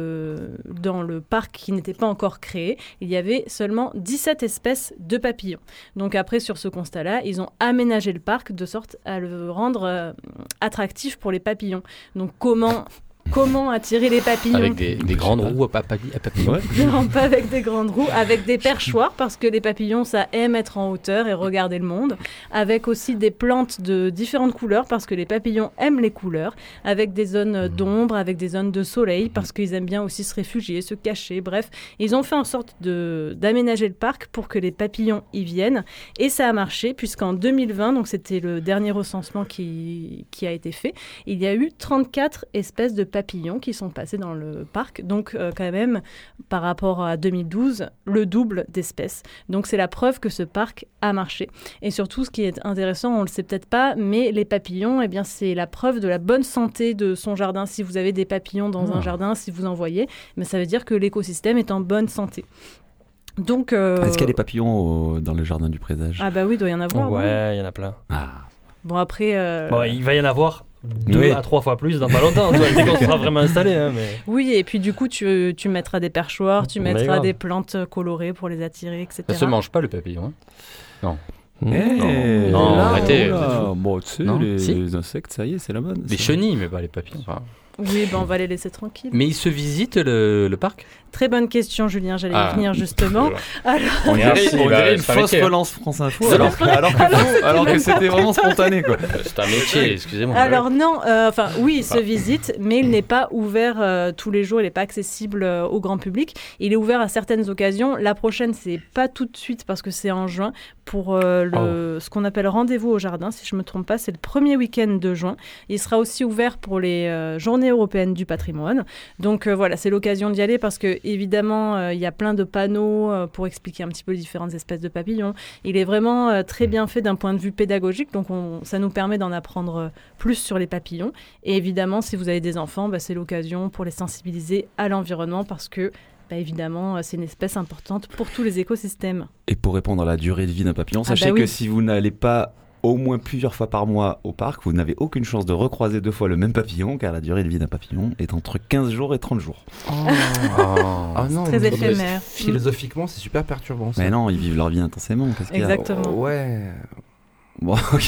le parc qui n'était pas encore créé, il y avait seulement 17 espèces de papillons. Donc après, sur ce constat-là, ils ont aménagé le parc de sorte à le rendre attractif pour les papillons. Donc Comment attirer les papillons ? Avec des grandes roues à papillons. Non, pas avec des grandes roues, avec des perchoirs, parce que les papillons, ça aime être en hauteur et regarder le monde. Avec aussi des plantes de différentes couleurs, parce que les papillons aiment les couleurs. Avec des zones d'ombre, avec des zones de soleil, parce qu'ils aiment bien aussi se réfugier, se cacher. Bref, ils ont fait en sorte d'aménager le parc pour que les papillons y viennent. Et ça a marché, puisqu'en 2020, donc c'était le dernier recensement qui a été fait, il y a eu 34 espèces de papillons qui sont passés dans le parc, donc quand même par rapport à 2012 le double d'espèces, donc c'est la preuve que ce parc a marché. Et surtout, ce qui est intéressant, on le sait peut-être pas, mais les papillons, eh bien c'est la preuve de la bonne santé de son jardin. Si vous avez des papillons dans un jardin, si vous en voyez, mais ça veut dire que l'écosystème est en bonne santé. Donc est-ce qu'il y a des papillons dans le jardin du présage ? Ah bah oui, il doit y en avoir. Ouais, il y en a plein. Bon après il va y en avoir 2 à 3 fois plus dans pas longtemps, dès qu'on sera vraiment installé. Mais... Oui, et puis du coup, tu mettras des perchoirs, tu mettras des plantes colorées pour les attirer, etc. Ça se mange pas, le papillon, Non. Non, arrêtez. Bon, tu sais, les insectes, ça y est, c'est la mode. Les chenilles, mais pas les papillons. Oui, on va les laisser tranquilles. Mais ils se visitent le parc ? Très bonne question, Julien, j'allais y venir justement. Alors... On dirait une fausse relance France Info, alors que c'était vraiment spontané, quoi. C'est un métier, excusez-moi. Alors non, oui, il se visite, mais il n'est pas ouvert tous les jours, il n'est pas accessible au grand public. Il est ouvert à certaines occasions. La prochaine, c'est pas tout de suite parce que c'est en juin. pour ce qu'on appelle Rendez-vous au jardin, si je ne me trompe pas. C'est le premier week-end de juin. Il sera aussi ouvert pour les Journées européennes du patrimoine. Donc voilà, c'est l'occasion d'y aller parce que évidemment, il y a plein de panneaux pour expliquer un petit peu les différentes espèces de papillons. Il est vraiment très bien fait d'un point de vue pédagogique, donc ça nous permet d'en apprendre plus sur les papillons. Et évidemment, si vous avez des enfants, c'est l'occasion pour les sensibiliser à l'environnement parce que évidemment, c'est une espèce importante pour tous les écosystèmes. Et pour répondre à la durée de vie d'un papillon, sachez que si vous n'allez pas au moins plusieurs fois par mois au parc, vous n'avez aucune chance de recroiser 2 fois le même papillon, car la durée de vie d'un papillon est entre 15 jours et 30 jours. Non, très éphémère. Philosophiquement, c'est super perturbant. Ça. Mais non, ils vivent leur vie intensément. Qu'est-ce qu'il y a ? Exactement. Ouais. Bon, ok.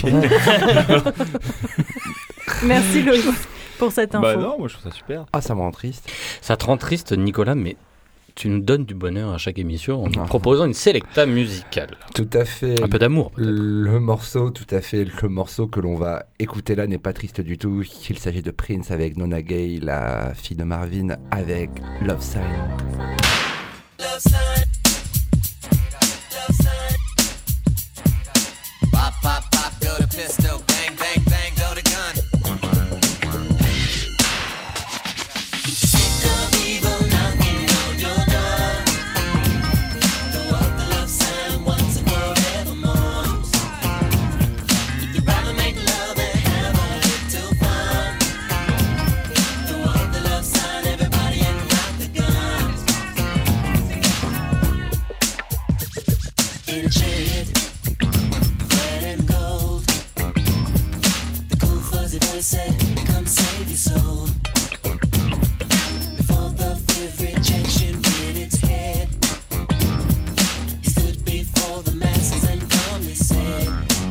Merci Loïc pour cette info. Non, moi je trouve ça super. Ah, ça me rend triste. Ça te rend triste, Nicolas, mais tu nous donnes du bonheur à chaque émission en nous proposant une sélecta musicale. Tout à fait. Un peu d'amour, peut-être. Le morceau que l'on va écouter là n'est pas triste du tout. Il s'agit de Prince avec Nona Gay, la fille de Marvin, avec Love Sign. Love sign. Love sign. Pop, pop, pop, go the pistol. Bang, bang, bang, go the gun. Said, come save your soul. Before the fifth rejection reared its head, he stood before the masses and calmly said,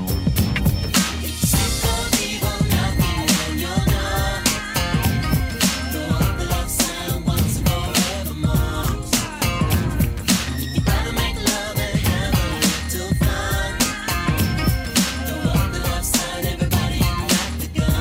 sick of evil knocking on your door, throw up the love sign once and forevermore. You'd rather make love and have a little fun. Throw up the love sign, everybody, and knock the gun.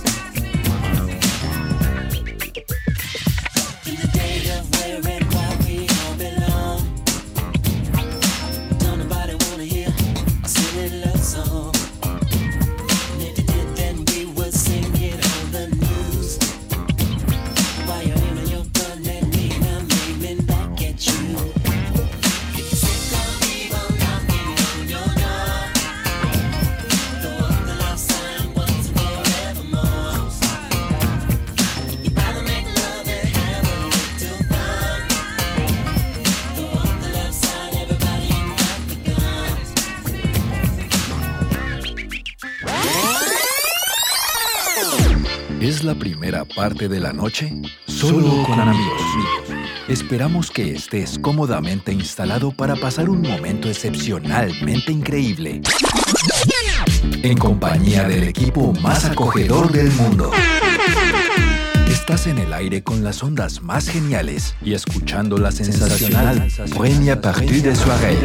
¿Es la primera parte de la noche? Solo con amigos. Esperamos que estés cómodamente instalado para pasar un momento excepcionalmente increíble. En compañía del equipo más acogedor del mundo. Estás en el aire con las ondas más geniales y escuchando la sensacional Première Partie de Soirée.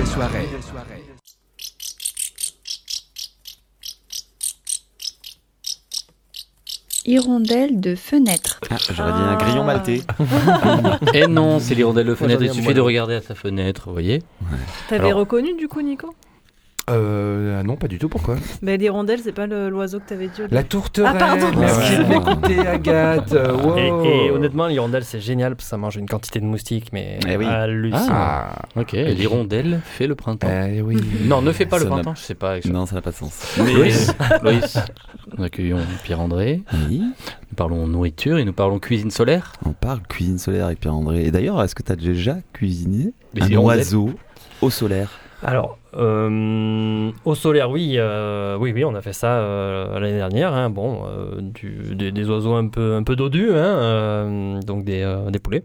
Hirondelle de fenêtre. Ah, j'aurais dit un grillon maltais. Et non, c'est l'hirondelle de fenêtre. j'en ai Il un suffit moyen. de regarder à sa fenêtre, vous voyez. T'avais reconnu du coup, Nico ? Non, pas du tout, pourquoi L'hirondelle, c'est pas l'oiseau que t'avais dit au début. La tourterelle. Ah, pardon. Écoutez, Agathe. Wow. Et honnêtement, l'hirondelle, c'est génial parce que ça mange une quantité de moustiques, mais Eh oui. hallucinant. Ah, Ok, et l'hirondelle fait le printemps. oui. Non, ne fais pas le Ça n'a- printemps, je sais pas. Non, ça n'a pas de sens. Loïs, nous accueillons Pierre-André, Oui. nous parlons nourriture et nous parlons cuisine solaire. On parle cuisine solaire avec Pierre-André. Et d'ailleurs, est-ce que tu as déjà cuisiné Des un hirondelles. oiseau au solaire? Alors, au solaire, oui, on a fait ça l'année dernière. Hein, bon, des oiseaux un peu dodus, hein, donc des poulets.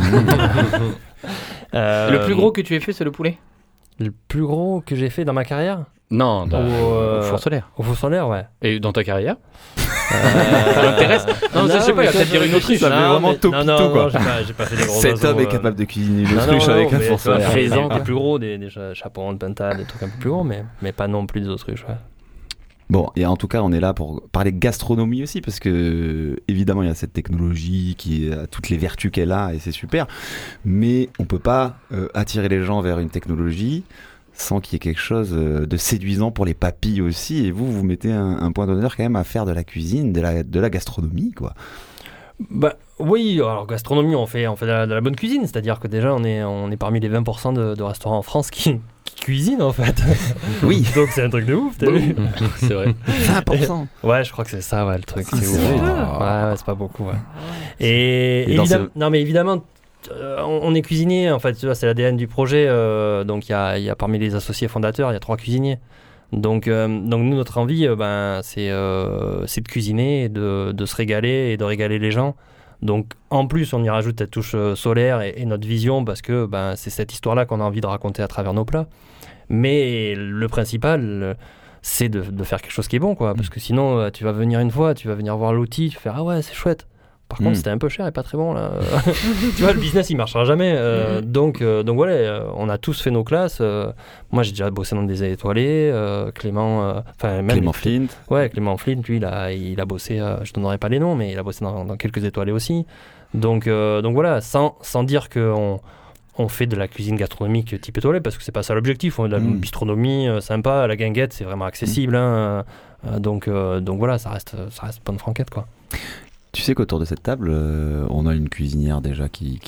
Le plus gros que tu aies fait, c'est le poulet? Le plus gros que j'ai fait dans ma carrière? Non, au four solaire. Au four solaire, ouais. Et dans ta carrière? Ça m'intéresse. Non, je sais pas, il va peut-être dire une autruche. Ça fait vraiment topito, quoi. J'ai pas fait des gros Cet oiseaux, homme est capable de cuisiner une non, autruche non, avec un mais four tu vois, solaire. Faisan, des quoi. plus gros, des chaperons de pintal, des trucs un peu plus gros, mais pas non plus des autruches, ouais. Bon, et en tout cas, on est là pour parler gastronomie aussi, parce que évidemment, il y a cette technologie qui a toutes les vertus qu'elle a, et c'est super. Mais on peut pas attirer les gens vers une technologie sans qu'il y ait quelque chose de séduisant pour les papilles aussi. Et vous mettez un point d'honneur quand même à faire de la cuisine, de la gastronomie, quoi. Bah oui, alors gastronomie, on fait de la bonne cuisine, c'est-à-dire que déjà on est parmi les 20% de restaurants en France qui cuisinent en fait. Oui. Donc c'est un truc de ouf, t'as vu? C'est vrai. 20%. Ouais, je crois que c'est ça, ouais, le truc. C'est c'est ouf. vrai. Ouais, c'est pas beaucoup, ouais. Et dans non mais évidemment, on est cuisinier, en fait, tu vois, c'est l'ADN du projet. Donc il y a parmi les associés fondateurs, il y a 3 cuisiniers. Donc nous, notre envie, c'est de cuisiner, et de se régaler et de régaler les gens. Donc en plus, on y rajoute cette touche solaire et notre vision, parce que c'est cette histoire-là qu'on a envie de raconter à travers nos plats. Mais le principal, c'est de faire quelque chose qui est bon, quoi. Parce que sinon, tu vas venir une fois, tu vas venir voir l'outil, tu vas faire ah ouais, c'est chouette. Par contre, c'était un peu cher et pas très bon là. Tu vois, le business il marchera jamais. Donc voilà, on a tous fait nos classes. Moi, j'ai déjà bossé dans des étoilés. Clément Flint. Ouais, Clément Flint, lui, il a bossé. Je donnerai pas les noms, mais il a bossé dans quelques étoilés aussi. Donc voilà, sans dire que on fait de la cuisine gastronomique type étoilé, parce que c'est pas ça l'objectif. On fait de la bistronomie sympa. La guinguette, c'est vraiment accessible. Hein. Donc voilà, ça reste bonne franquette, quoi. Tu sais qu'autour de cette table, on a une cuisinière déjà qui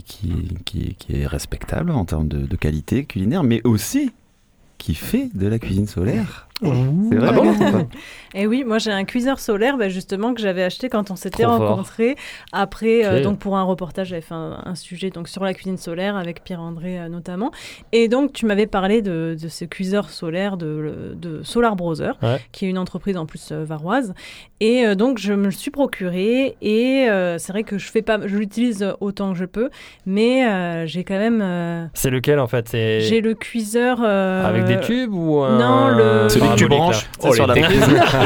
est respectable en termes de qualité culinaire, mais aussi qui fait de la cuisine solaire. C'est vrai. Ah bon? Et oui, moi j'ai un cuiseur solaire justement que j'avais acheté quand on s'était rencontrés. Après, donc pour un reportage, j'avais fait un sujet donc sur la cuisine solaire avec Pierre-André notamment. Et donc tu m'avais parlé de ce cuiseur solaire de Solar Brother, qui est une entreprise en plus varoise. Et donc je me le suis procuré et c'est vrai que je l'utilise autant que je peux, mais j'ai quand même. C'est lequel en fait? J'ai le cuiseur avec des tubes ou non celui que tu branches sur la prise.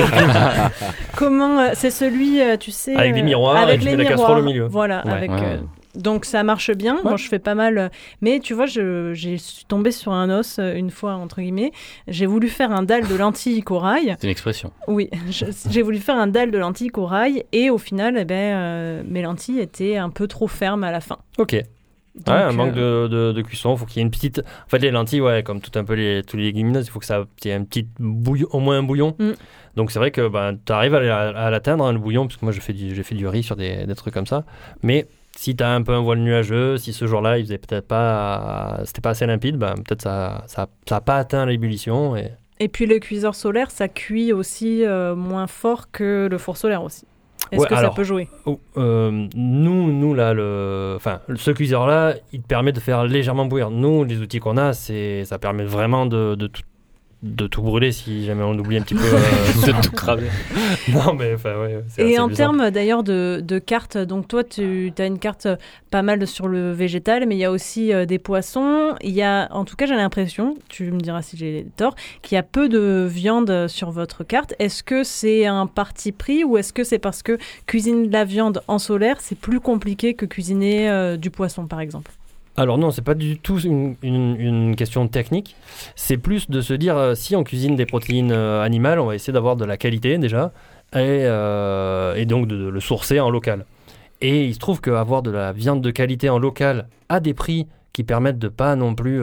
Comment c'est celui, tu sais, avec des miroirs, avec les la casserole au milieu. Voilà, donc ça marche bien. Moi, je fais pas mal, mais tu vois, j'ai tombé sur un os une fois entre guillemets. J'ai voulu faire un dalle de lentilles corail. C'est une expression. Oui, j'ai voulu faire un dalle de lentilles corail et au final, mes lentilles étaient un peu trop fermes à la fin. Ok. Donc, un manque de cuisson, il faut qu'il y ait une petite. En fait, les lentilles, comme tous les légumineuses, il faut que ça y ait un petit bouillon, au moins un bouillon. Donc c'est vrai que tu arrives à l'atteindre, le bouillon, parce que moi j'ai fait du riz sur des trucs comme ça. Mais si tu as un peu un voile nuageux, si ce jour-là il faisait peut-être pas, c'était pas assez limpide, peut-être ça a pas atteint l'ébullition. Et puis le cuiseur solaire, ça cuit aussi moins fort que le four solaire aussi. Est-ce que ça peut jouer? Nous là, ce cuiseur-là, il te permet de faire légèrement bouillir. Nous, les outils qu'on a, ça permet vraiment de tout brûler si jamais on oublie un petit peu de tout cramer. Non, mais et en termes d'ailleurs de cartes, donc toi, tu as une carte pas mal sur le végétal, mais il y a aussi des poissons. Il y a, en tout cas, j'ai l'impression, tu me diras si j'ai tort, qu'il y a peu de viande sur votre carte. Est-ce que c'est un parti pris ou est-ce que c'est parce que cuisiner de la viande en solaire, c'est plus compliqué que cuisiner du poisson, par exemple? Alors non, c'est pas du tout une question technique. C'est plus de se dire, si on cuisine des protéines animales, on va essayer d'avoir de la qualité déjà, et donc de le sourcer en local. Et il se trouve qu'avoir de la viande de qualité en local à des prix qui permettent de pas non plus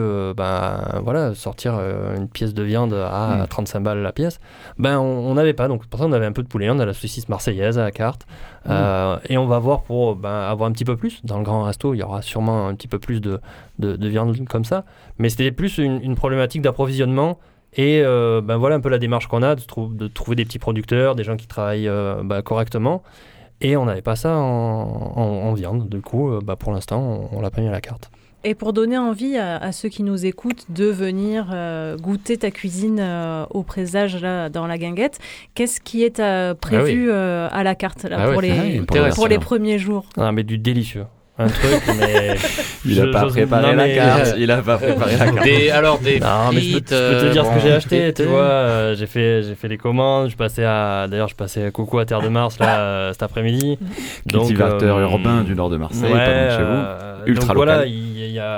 sortir une pièce de viande à 35 balles la pièce, on n'avait pas. Donc pour ça on avait un peu de poulet, on a la saucisse marseillaise à la carte, et on va voir pour avoir un petit peu plus. Dans le grand resto il y aura sûrement un petit peu plus de viande comme ça, mais c'était plus une problématique d'approvisionnement. Et voilà un peu la démarche qu'on a de trouver des petits producteurs, des gens qui travaillent correctement. Et on n'avait pas ça en viande. Du coup, pour l'instant, on l'a pas mis à la carte. Et pour donner envie à ceux qui nous écoutent de venir goûter ta cuisine au présage là, dans la guinguette, qu'est-ce qui est prévu à la carte là, pour les premiers jours? Mais du délicieux. Un truc, mais il a pas préparé la carte. Il a pas préparé la carte. Non, mais je peux te dire ce que j'ai acheté. Tu vois, j'ai fait les commandes. Je passais à Coucou à Terre de Mars là cet après-midi. Cultivateur urbain du nord de Marseille, pas loin de chez vous. Ultra donc, local. Voilà, il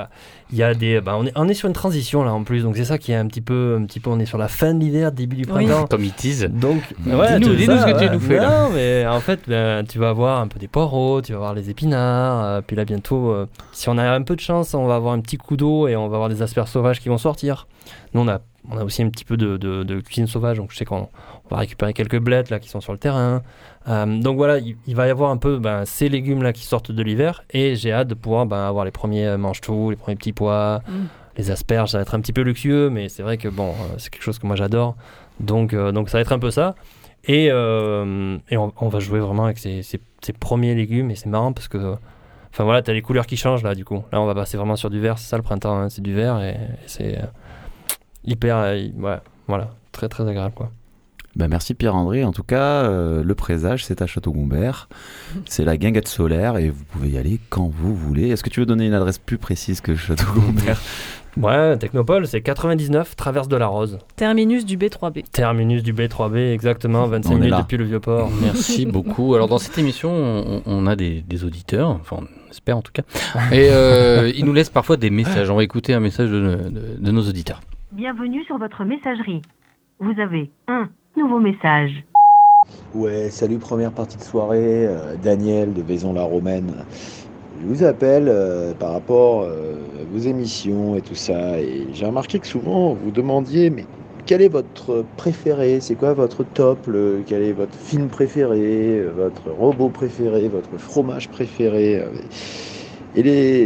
Il y a des, on est sur une transition là en plus, donc c'est ça qui est un petit peu, on est sur la fin de l'hiver, début du printemps. Tom it tease. Donc, dis-nous ce que tu nous fais là. Non, mais en fait, tu vas avoir un peu des poireaux, tu vas avoir les épinards, puis là bientôt, si on a un peu de chance, on va avoir un petit coup d'eau et on va avoir des asperges sauvages qui vont sortir. Nous, on a aussi un petit peu de cuisine sauvage, donc je sais qu'on va récupérer quelques blettes là qui sont sur le terrain. Donc voilà, il va y avoir un peu ces légumes là qui sortent de l'hiver, et j'ai hâte de pouvoir avoir les premiers mange-tout, les premiers petits pois, les asperges. Ça va être un petit peu luxueux, mais c'est vrai que c'est quelque chose que moi j'adore. Donc ça va être un peu ça. Et on va jouer vraiment avec ces premiers légumes, et c'est marrant parce que t'as les couleurs qui changent là du coup. Là on va passer vraiment sur du vert, c'est ça le printemps, hein, c'est du vert et c'est hyper voilà, très très agréable quoi. Merci Pierre-André. En tout cas, le présage, c'est à Château-Gombert. C'est la guinguette solaire et vous pouvez y aller quand vous voulez. Est-ce que tu veux donner une adresse plus précise que Château-Gombert ? Ouais, Technopole, c'est 99 Traverse de la Rose. Terminus du B3B. Terminus du B3B, exactement, 25 minutes depuis le Vieux-Port. Merci beaucoup. Alors dans cette émission, on a des auditeurs, enfin on espère en tout cas, et ils nous laissent parfois des messages. On va écouter un message de nos auditeurs. Bienvenue sur votre messagerie. Vous avez un nouveau message. Ouais, salut, première partie de soirée, Daniel de Vaison-la-Romaine. Je vous appelle par rapport à vos émissions et tout ça, et j'ai remarqué que souvent vous demandiez, mais quel est votre préféré ? C'est quoi votre top ? Quel est votre film préféré ? Votre robot préféré ? Votre fromage préféré ? Et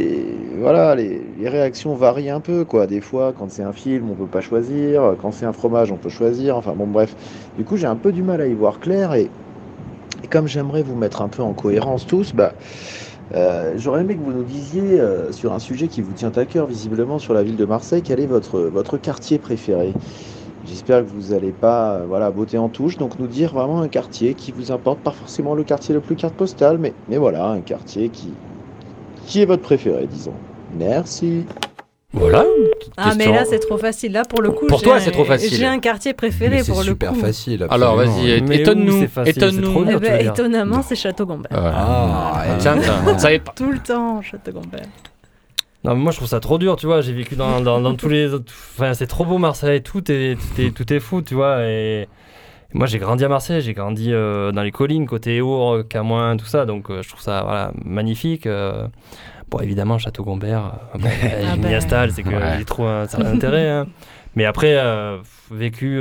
les réactions varient un peu, quoi. Des fois, quand c'est un film, on peut pas choisir. Quand c'est un fromage, on peut choisir. Enfin bon, bref. Du coup, j'ai un peu du mal à y voir clair. Et comme j'aimerais vous mettre un peu en cohérence tous, j'aurais aimé que vous nous disiez, sur un sujet qui vous tient à cœur, visiblement, sur la ville de Marseille, quel est votre quartier préféré ? J'espère que vous n'allez pas botter en touche, donc nous dire vraiment un quartier qui vous importe, pas forcément le quartier le plus carte postale, mais voilà, un quartier qui est votre préféré, disons. Merci. Voilà. Mais là c'est trop facile. Là pour le coup, pour toi c'est trop facile. J'ai un quartier préféré pour le coup. C'est super facile. Alors vas-y, étonne-nous. Étonnamment, c'est Château-Gombert. Tiens, ça est pas. Tout le temps Château-Gombert. Non, mais moi je trouve ça trop dur, tu vois. J'ai vécu dans tous les autres. Enfin, c'est trop beau Marseille. Tout est fou, tu vois. Et moi j'ai grandi à Marseille. J'ai grandi dans les collines, côté Éour, Camoin, tout ça. Donc je trouve ça magnifique. Bon, évidemment, Château-Gombert, je m'y installe, c'est que j'y trouve un certain intérêt. Hein. Mais après, vécu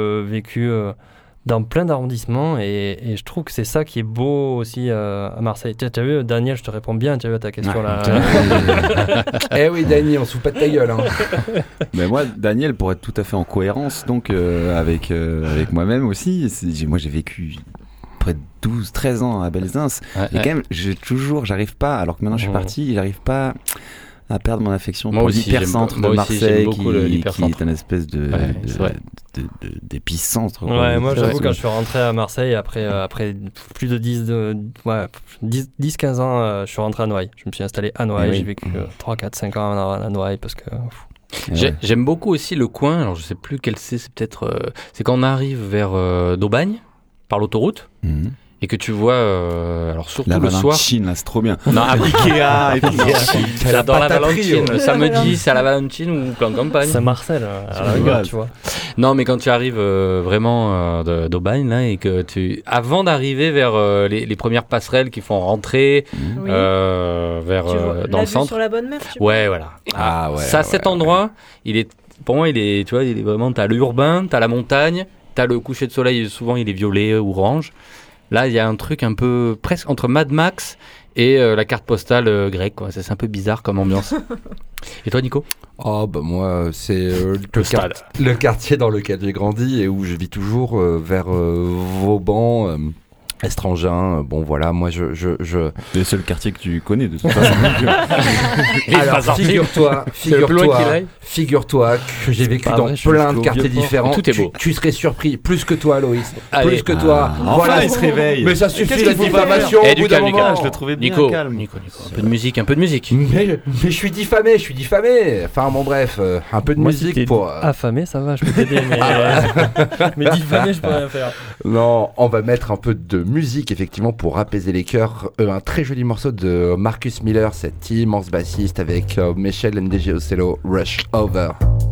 dans plein d'arrondissements, et je trouve que c'est ça qui est beau aussi à Marseille. Tu as vu, Daniel, je te réponds bien, tu as vu ta question là. Oui, Daniel, on se fout pas de ta gueule. Hein. Mais moi, Daniel, pour être tout à fait en cohérence, donc avec moi-même aussi, moi j'ai vécu près de 12-13 ans à Belzins, et quand même j'arrive pas, alors que maintenant je suis parti, j'arrive pas à perdre mon affection pour l'hypercentre de Marseille, qui est une espèce d'épicentre. Moi j'avoue, quand je suis rentré à Marseille après plus de 10-15 ans, je suis rentré à Noailles. Je me suis installé à Noailles, j'ai vécu 3, 4, 5 ans à Noailles parce que j'aime beaucoup aussi le coin. Alors je sais plus quel c'est peut-être c'est quand on arrive vers d'Aubagne par l'autoroute, et que tu vois, alors surtout le soir. La Valentine, là, c'est trop bien. Non, à Ikea, et puis j'adore la Valentine. Samedi, c'est à la Valentine ou plan campagne. Saint-Marcel, tu vois. Non, mais quand tu arrives vraiment d'Aubagne, là, et que avant d'arriver vers les premières passerelles qui font rentrer vers dans le centre. Sur la bonne mer, tu vois. Ouais, voilà. Cet endroit, pour moi, il est vraiment, t'as l'urbain, t'as la montagne. T'as le coucher de soleil, souvent il est violet ou orange. Là, il y a un truc un peu presque entre Mad Max et la carte postale grecque, quoi. C'est un peu bizarre comme ambiance. Et toi, Nico ? Moi, c'est le quartier dans lequel j'ai grandi et où je vis toujours, vers Vauban. Estrangin, moi je... C'est le seul quartier que tu connais de toute façon. Alors figure-toi que j'ai vécu dans plein de quartiers différents. Tout est beau. Tu serais surpris, plus que toi, Loïs. Allez. Plus que toi. Enfin, il se réveille. Mais ça suffit la diffamation au bout d'un moment. Je le trouvais bien calme. Nico, un peu de musique. Mais je suis diffamé. Enfin bon bref, un peu de musique si pour... affamé, ça va, je peux t'aider, mais diffamé, je peux rien faire. Non, on va mettre un peu de musique effectivement pour apaiser les cœurs. Un très joli morceau de Marcus Miller, cet immense bassiste avec Michel NDG au cello, Rush Over.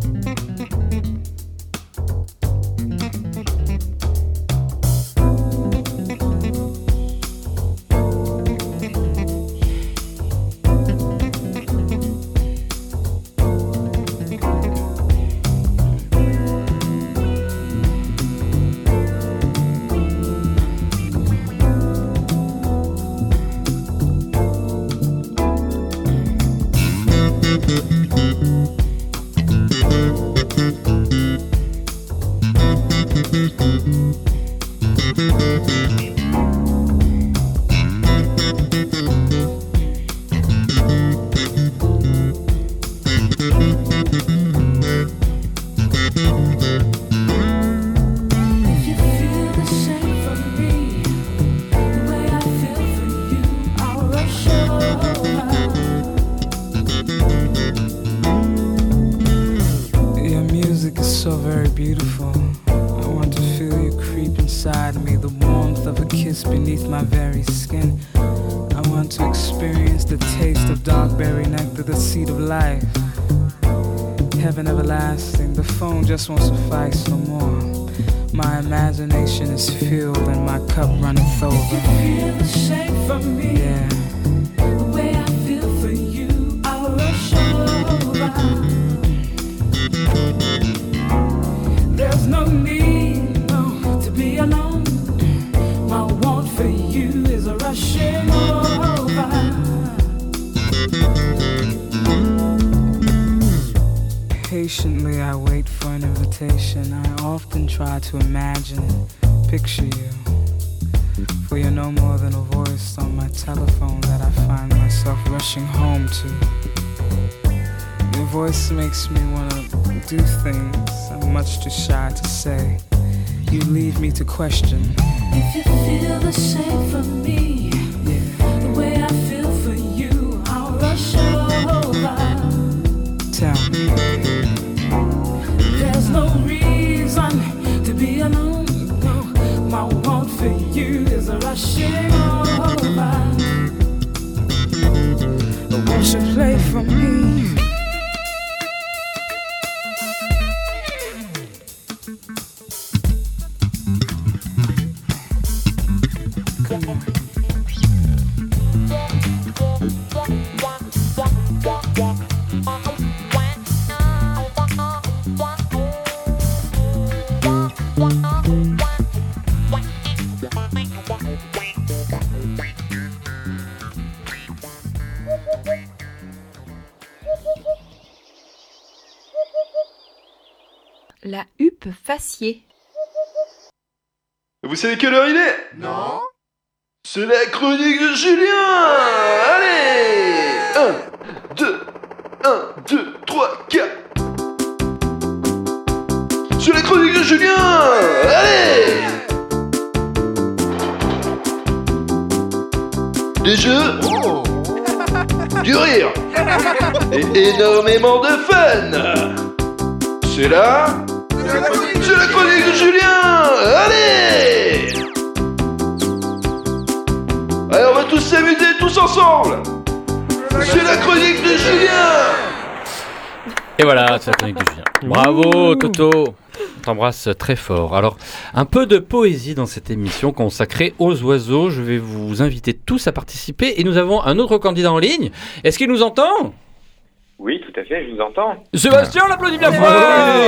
Just won't suffice no more. My imagination is filled and my cup runneth over. If you feel the shame from me, yeah, the way I feel for you, I'll rush over. There's no need, no, to be alone. My want for you is a rushing over. Patiently I wait for an invitation. I often try to imagine and picture you, for you're no more than a voice on my telephone that I find myself rushing home to. Your voice makes me wanna do things I'm much too shy to say. You leave me to question. If you feel the same for me, yeah, the way I feel for you, I'll rush over. Tell me. There's no reason to be alone. No, my want for you is a rushing over. Won't you play for me? Come on. La huppe faciée. Vous savez quelle heure il est? Non. C'est la chronique de Julien. Allez, 1, 2, 3, 4. C'est la chronique de Julien. Allez. Des jeux, du rire et énormément de fun. C'est là. C'est la chronique de Julien. Allez. Allez, on va tous s'amuser tous ensemble. C'est la chronique de Julien. Et voilà, c'est la chronique de Julien. Bravo Toto. On t'embrasse très fort. Alors, un peu de poésie dans cette émission consacrée aux oiseaux. Je vais vous inviter tous à participer. Et nous avons un autre candidat en ligne. Est-ce qu'il nous entend ? Oui, tout à fait, je vous entends. Sébastien, on l'applaudit bien fort.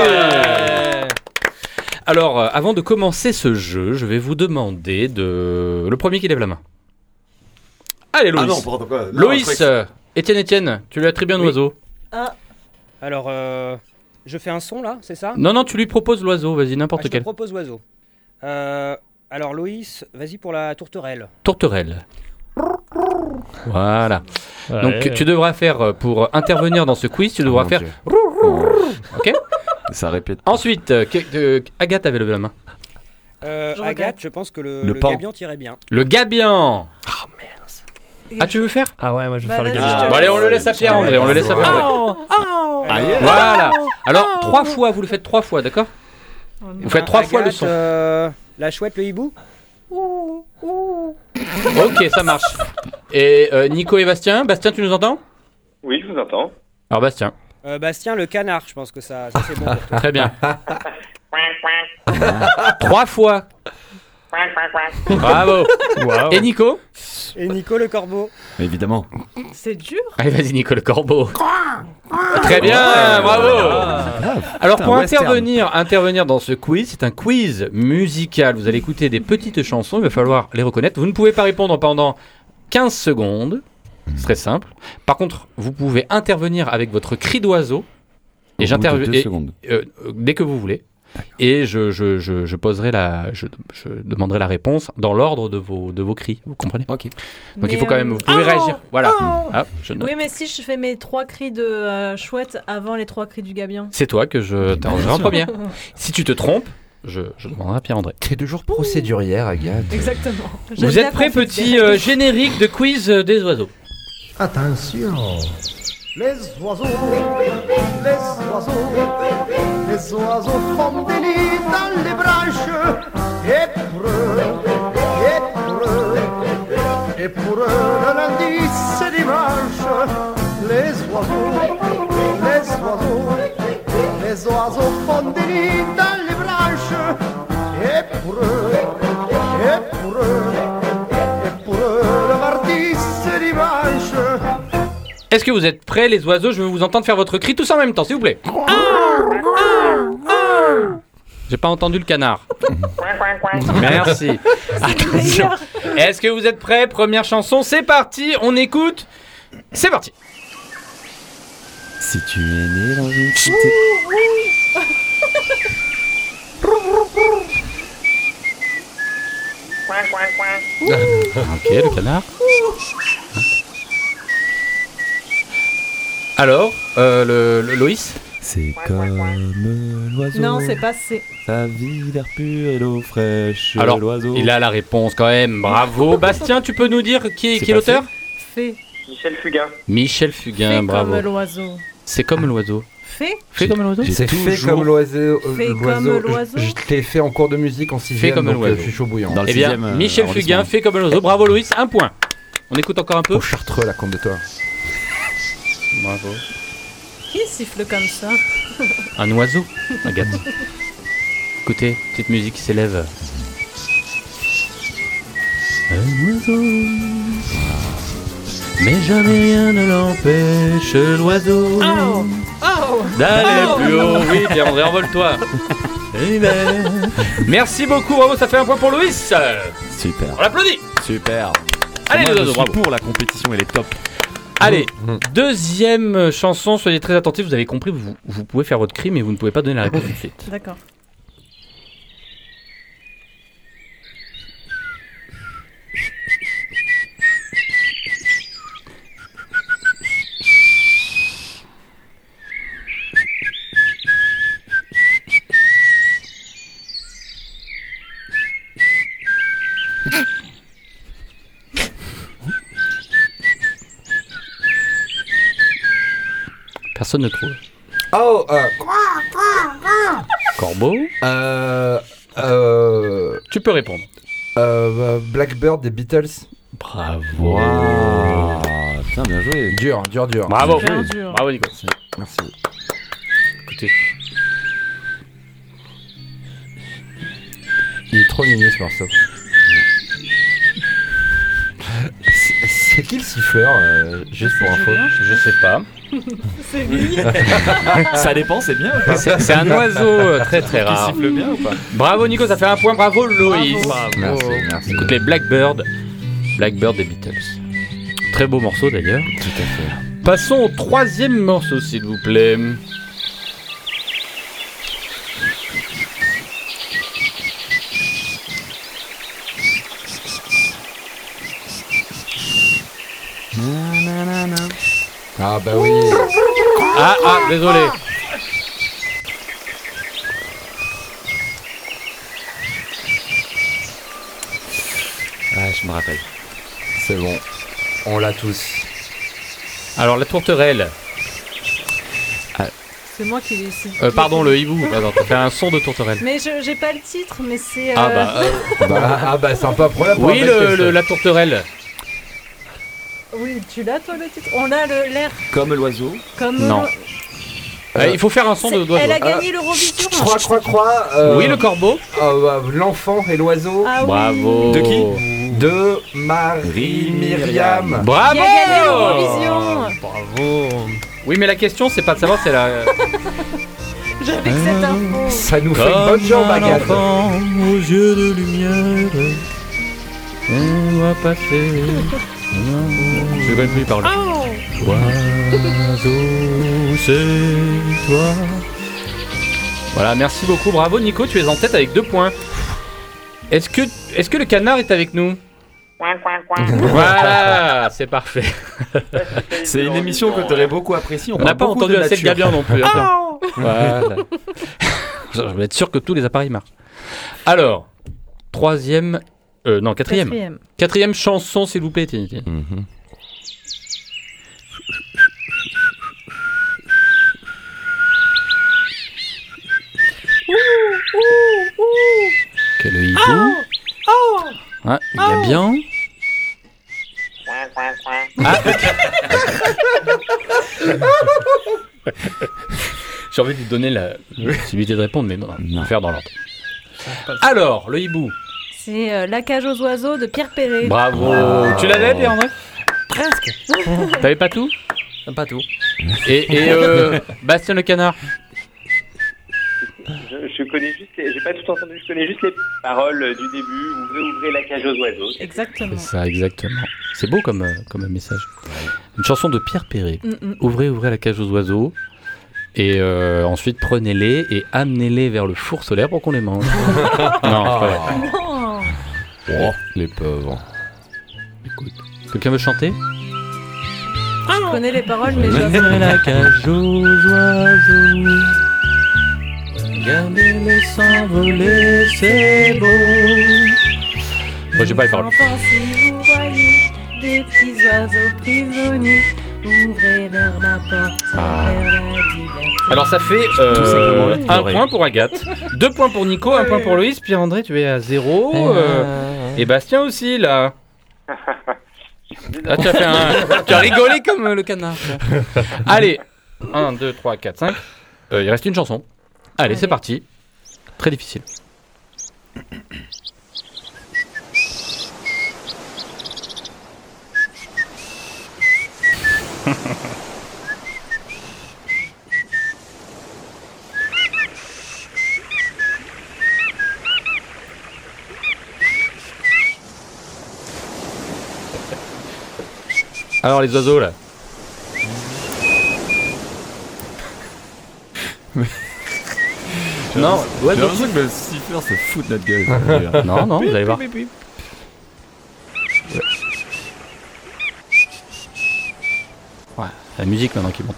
Alors, avant de commencer ce jeu, je vais vous demander de... Le premier qui lève la main. Allez, Loïs. Ah non, pardon, quoi. Non, Loïs, Étienne, tu lui attribues un oiseau. Ah. Alors, je fais un son là, c'est ça ? Non, tu lui proposes l'oiseau, vas-y, n'importe quel. Je te propose l'oiseau. Alors, Loïs, vas-y pour la tourterelle. Tourterelle. Voilà. Ouais. Donc, tu devras faire, pour intervenir dans ce quiz, tu devras faire... Ok ? Ça répète. Ensuite, Agathe avait levé la main. Agathe, je pense que le gabion tirait bien. Le gabion. Oh merde. Ah, tu veux faire ? Ah ouais, moi je veux faire le gabion. Bon, allez, on le laisse à Pierre-André. Voilà. Alors, 3 fois, vous le faites 3 fois, d'accord ? Vous faites 3 fois le son. La chouette, le hibou ? Ok, ça marche. Et Nico et Bastien, tu nous entends? Oui, je vous entends. Alors Bastien. Bastien, le canard, je pense que ça c'est bon pour toi. Très bien. 3 fois. Bravo. Wow. Et Nico? Et Nico, le corbeau. Évidemment. C'est dur. Allez, vas-y Nico le corbeau. Très bien, bravo. Alors pour intervenir dans ce quiz, c'est un quiz musical. Vous allez écouter des petites chansons, il va falloir les reconnaître. Vous ne pouvez pas répondre pendant 15 secondes. C'est très simple. Par contre, vous pouvez intervenir avec votre cri d'oiseau. Et j'interviens dès que vous voulez. Et je poserai je demanderai la réponse dans l'ordre de vos cris. Vous comprenez? Ok. Donc il faut quand même, vous pouvez réagir. Voilà. Hop, je note. Oui, mais si je fais mes 3 cris de chouette avant les 3 cris du gabion. C'est toi que je t'arrangerai en première. Si tu te trompes, je demanderai à Pierre-André. T'es toujours procédurière, Agathe. Exactement. Vous êtes prêts, petit générique de quiz des oiseaux? Attention. Les oiseaux font des nids dans les branches. Et pour eux, le lundi c'est dimanche. Les oiseaux font des nids dans les branches. Et pour eux, le mardi c'est dimanche. Est-ce que vous êtes prêts, les oiseaux? Je veux vous entendre faire votre cri tous en même temps, s'il vous plaît. J'ai pas entendu le canard. Merci. Attention. Est-ce que vous êtes prêts? Première chanson, c'est parti. On écoute. C'est parti. Si tu es né dans une cité... Ok, le canard. Alors, le Loïs? C'est comme l'oiseau. Non, c'est pas c'est. Sa vie, l'air pur et l'eau fraîche. Alors, l'oiseau. il a la réponse quand même. Bravo. Bastien, tu peux nous dire qui est l'auteur? Fait. Michel Fugain. Michel Fugain, Fait bravo. comme l'oiseau. C'est comme l'oiseau. Fait. Fait comme l'oiseau. C'est fait comme l'oiseau. Fait comme l'oiseau. Je l'ai fait en cours de musique en 6ème. Fait comme l'oiseau. Je suis chaud bouillant. Eh bien, Michel Fugain, fait comme l'oiseau. Bravo Loïs, 1 point. On écoute encore un peu. Au Chartreux, la compte de toi. Bravo. Qui siffle comme ça? Un oiseau, Agathe. Écoutez, petite musique qui s'élève. Un oiseau. Mais jamais rien ne l'empêche, l'oiseau. D'aller plus haut. Oui, Pierre-André, envole-toi. Merci beaucoup, bravo, ça fait 1 point pour Loïs. Super. On l'applaudit. Super. Allez, moi, les je oiseaux, suis bravo. pour la compétition, elle est top. Allez, deuxième chanson, soyez très attentifs, vous avez compris, vous pouvez faire votre cri, mais vous ne pouvez pas donner la réponse tout de suite. D'accord. Personne ne trouve. Oh, Corbeau. Tu peux répondre. Blackbird des Beatles. Bravo. Wow. Putain, bien joué. Dur. Bravo. Bien dur. Bravo Nico. Merci. Écoutez. Il est trop mignon ce morceau. C'est qui le siffleur, juste pour info? Je sais pas. C'est lui. Ça dépend, c'est bien ou pas? C'est un oiseau très très rare. Qui siffle bien ou pas? Bravo Nico, ça fait 1 point. Bravo Loïs. Bravo. Merci. Écoutez, Blackbird des Beatles. Très beau morceau d'ailleurs. Tout à fait. Passons au 3e morceau s'il vous plaît. Ah bah oui. Ah, désolé. Ah, je me rappelle. C'est bon. On l'a tous. Alors la tourterelle. C'est moi qui l'ai. Pardon, le hibou. Attends, t'as fait un son de tourterelle. Mais j'ai pas le titre, mais c'est. Bah sympa pour la oui, la tourterelle. Oui, tu l'as toi le titre. On a l'air. Comme l'oiseau. Non. Il faut faire un son d'oiseau. Elle a gagné l'Eurovision. Croix. Oui, le corbeau. L'enfant et l'oiseau. Ah, bravo. Oui. De qui? De Marie-Myriam. Bravo. Il a gagné l'Eurovision. Bravo. Oui, mais la question, c'est pas de savoir si elle a. J'avais que cette info. Ça nous fait une bonne jambe, Agathe. Aux yeux de lumière, on va passer. Je vais plus parler. Oiseau, c'est toi. Voilà, merci beaucoup. Bravo, Nico, tu es en tête avec 2 points. Est-ce que le canard est avec nous? Voilà, c'est parfait. C'est une émission que tu aurais beaucoup appréciée. On n'a pas entendu assez de gabion non plus. Voilà. Je vais être sûr que tous les appareils marchent. Alors, quatrième chanson, s'il vous plaît, Tintin. Quel hibou. Ah, gabion. J'ai envie de lui donner la possibilité de répondre, mais non, faire dans l'ordre. Alors, le hibou. C'est La cage aux oiseaux de Pierre Perret. Bravo. Tu l'avais, Pierre-André? Presque. T'avais pas tout? Pas tout. Et Bastien le canard? Je connais juste j'ai pas tout entendu, je connais juste les paroles du début. Ouvrez la cage aux oiseaux. Exactement. C'est ça, exactement. C'est beau comme message. Une chanson de Pierre Perret. Ouvrez la cage aux oiseaux. Et ensuite, prenez-les et amenez-les vers le four solaire pour qu'on les mange. Non, c'est pas vrai. Non. Oh, les pauvres. Écoute, quelqu'un veut chanter? Je connais les paroles, mais je Ouvrez la cage aux oiseaux. Regardez-les s'envoler, c'est beau. Moi, j'ai pas les paroles. Enfants, si vous voyez des petits oiseaux prisonniers, ouvrez leur la porte vers la liberté. Alors ça fait 1 point pour Agathe, 2 points pour Nico, 1 point pour Loïs, Pierre-André tu es à 0, et Bastien aussi là. Ah, tu as rigolé comme le canard. Allez, 1, 2, 3, 4, 5, il reste une chanson. Allez, c'est parti, très difficile. Alors les oiseaux là. Non, j'ai l'impression que le siffleur se fout de notre gueule. Non, vous allez voir. Ouais, la musique maintenant qui monte.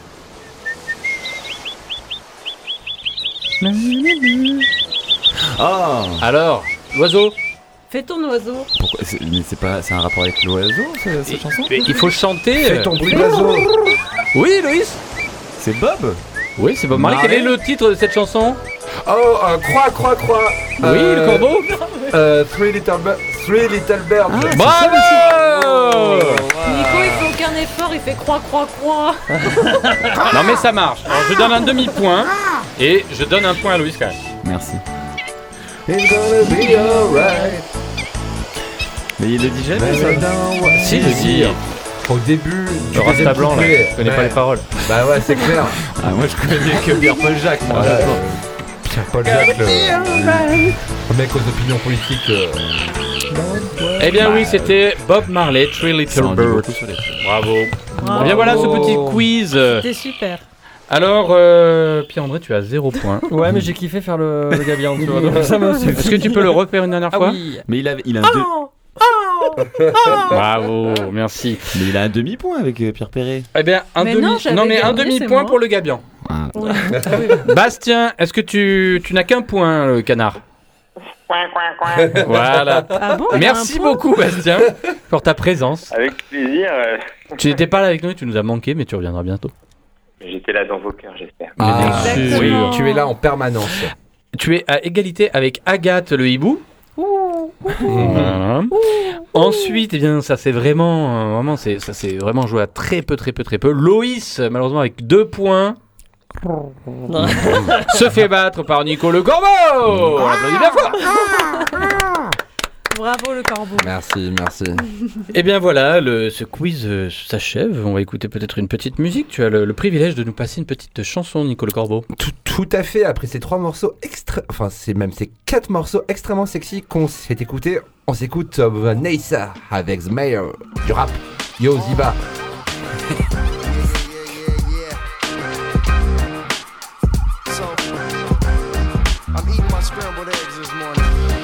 Ah. Alors, l'oiseau. Fais ton oiseau. Pourquoi c'est un rapport avec l'oiseau cette chanson? Il faut chanter. Fais ton bruit d'oiseau. Oui, Loïs. C'est Bob. Oui, c'est Bob Marley. Quel est le titre de cette chanson? Oh, croix. Oui, le corbeau. Three Little Birds. Bravo. Nico, il fait aucun effort, il fait croix. Non mais ça marche. Alors je donne un demi-point et je donne un point à Loïs quand même. Merci. It's gonna be alright. Mais il le dit jamais ça. Si, je dis. Au début, le Rasta blanc là, je connais pas les paroles. Bah ouais, c'est clair. Ah, moi je connais que Pierre-Paul Jacques. Moi, Pierre-Paul Jacques, le mec aux opinions politiques. Eh bien oui, c'était Bob Marley, Three Little Birds. Bravo. Eh bien voilà ce petit quiz. C'était super. Alors, Pierre-André, tu as 0 point. Ouais, mais j'ai kiffé faire le gabion, tu vois. Donc ça me suffit. Est-ce que tu peux le refaire une dernière fois? Oui. Mais il a un Bravo, merci. Mais il a un demi-point avec Pierre Perret. Eh bien, un demi-point pour le gabion. Ah. Ouais. Bastien, est-ce que tu n'as qu'un point, le canard? Voilà. Ah bon, merci beaucoup, Bastien, pour ta présence. Avec plaisir. Tu n'étais pas là avec nous, tu nous as manqué, mais tu reviendras bientôt. J'étais là dans vos cœurs, j'espère. Ah, oui, tu es là en permanence. Tu es à égalité avec Agathe le hibou. Voilà. Ensuite, eh bien, ça c'est vraiment joué à très peu. Loïs, malheureusement avec 2 points, se fait battre par Nico le Corbeau. On applaudit bien fort. Bravo le corbeau. Merci. Et bien voilà, ce quiz s'achève. On va écouter peut-être une petite musique. Tu as le privilège de nous passer une petite chanson, Nico le Corbeau. Tout à fait. Après ces 3 morceaux ces 4 morceaux extrêmement sexy qu'on s'est écoutés, on s'écoute Vanessa avec The Mayor du rap. Yo Ziba. I'm eating my scrambled eggs this morning.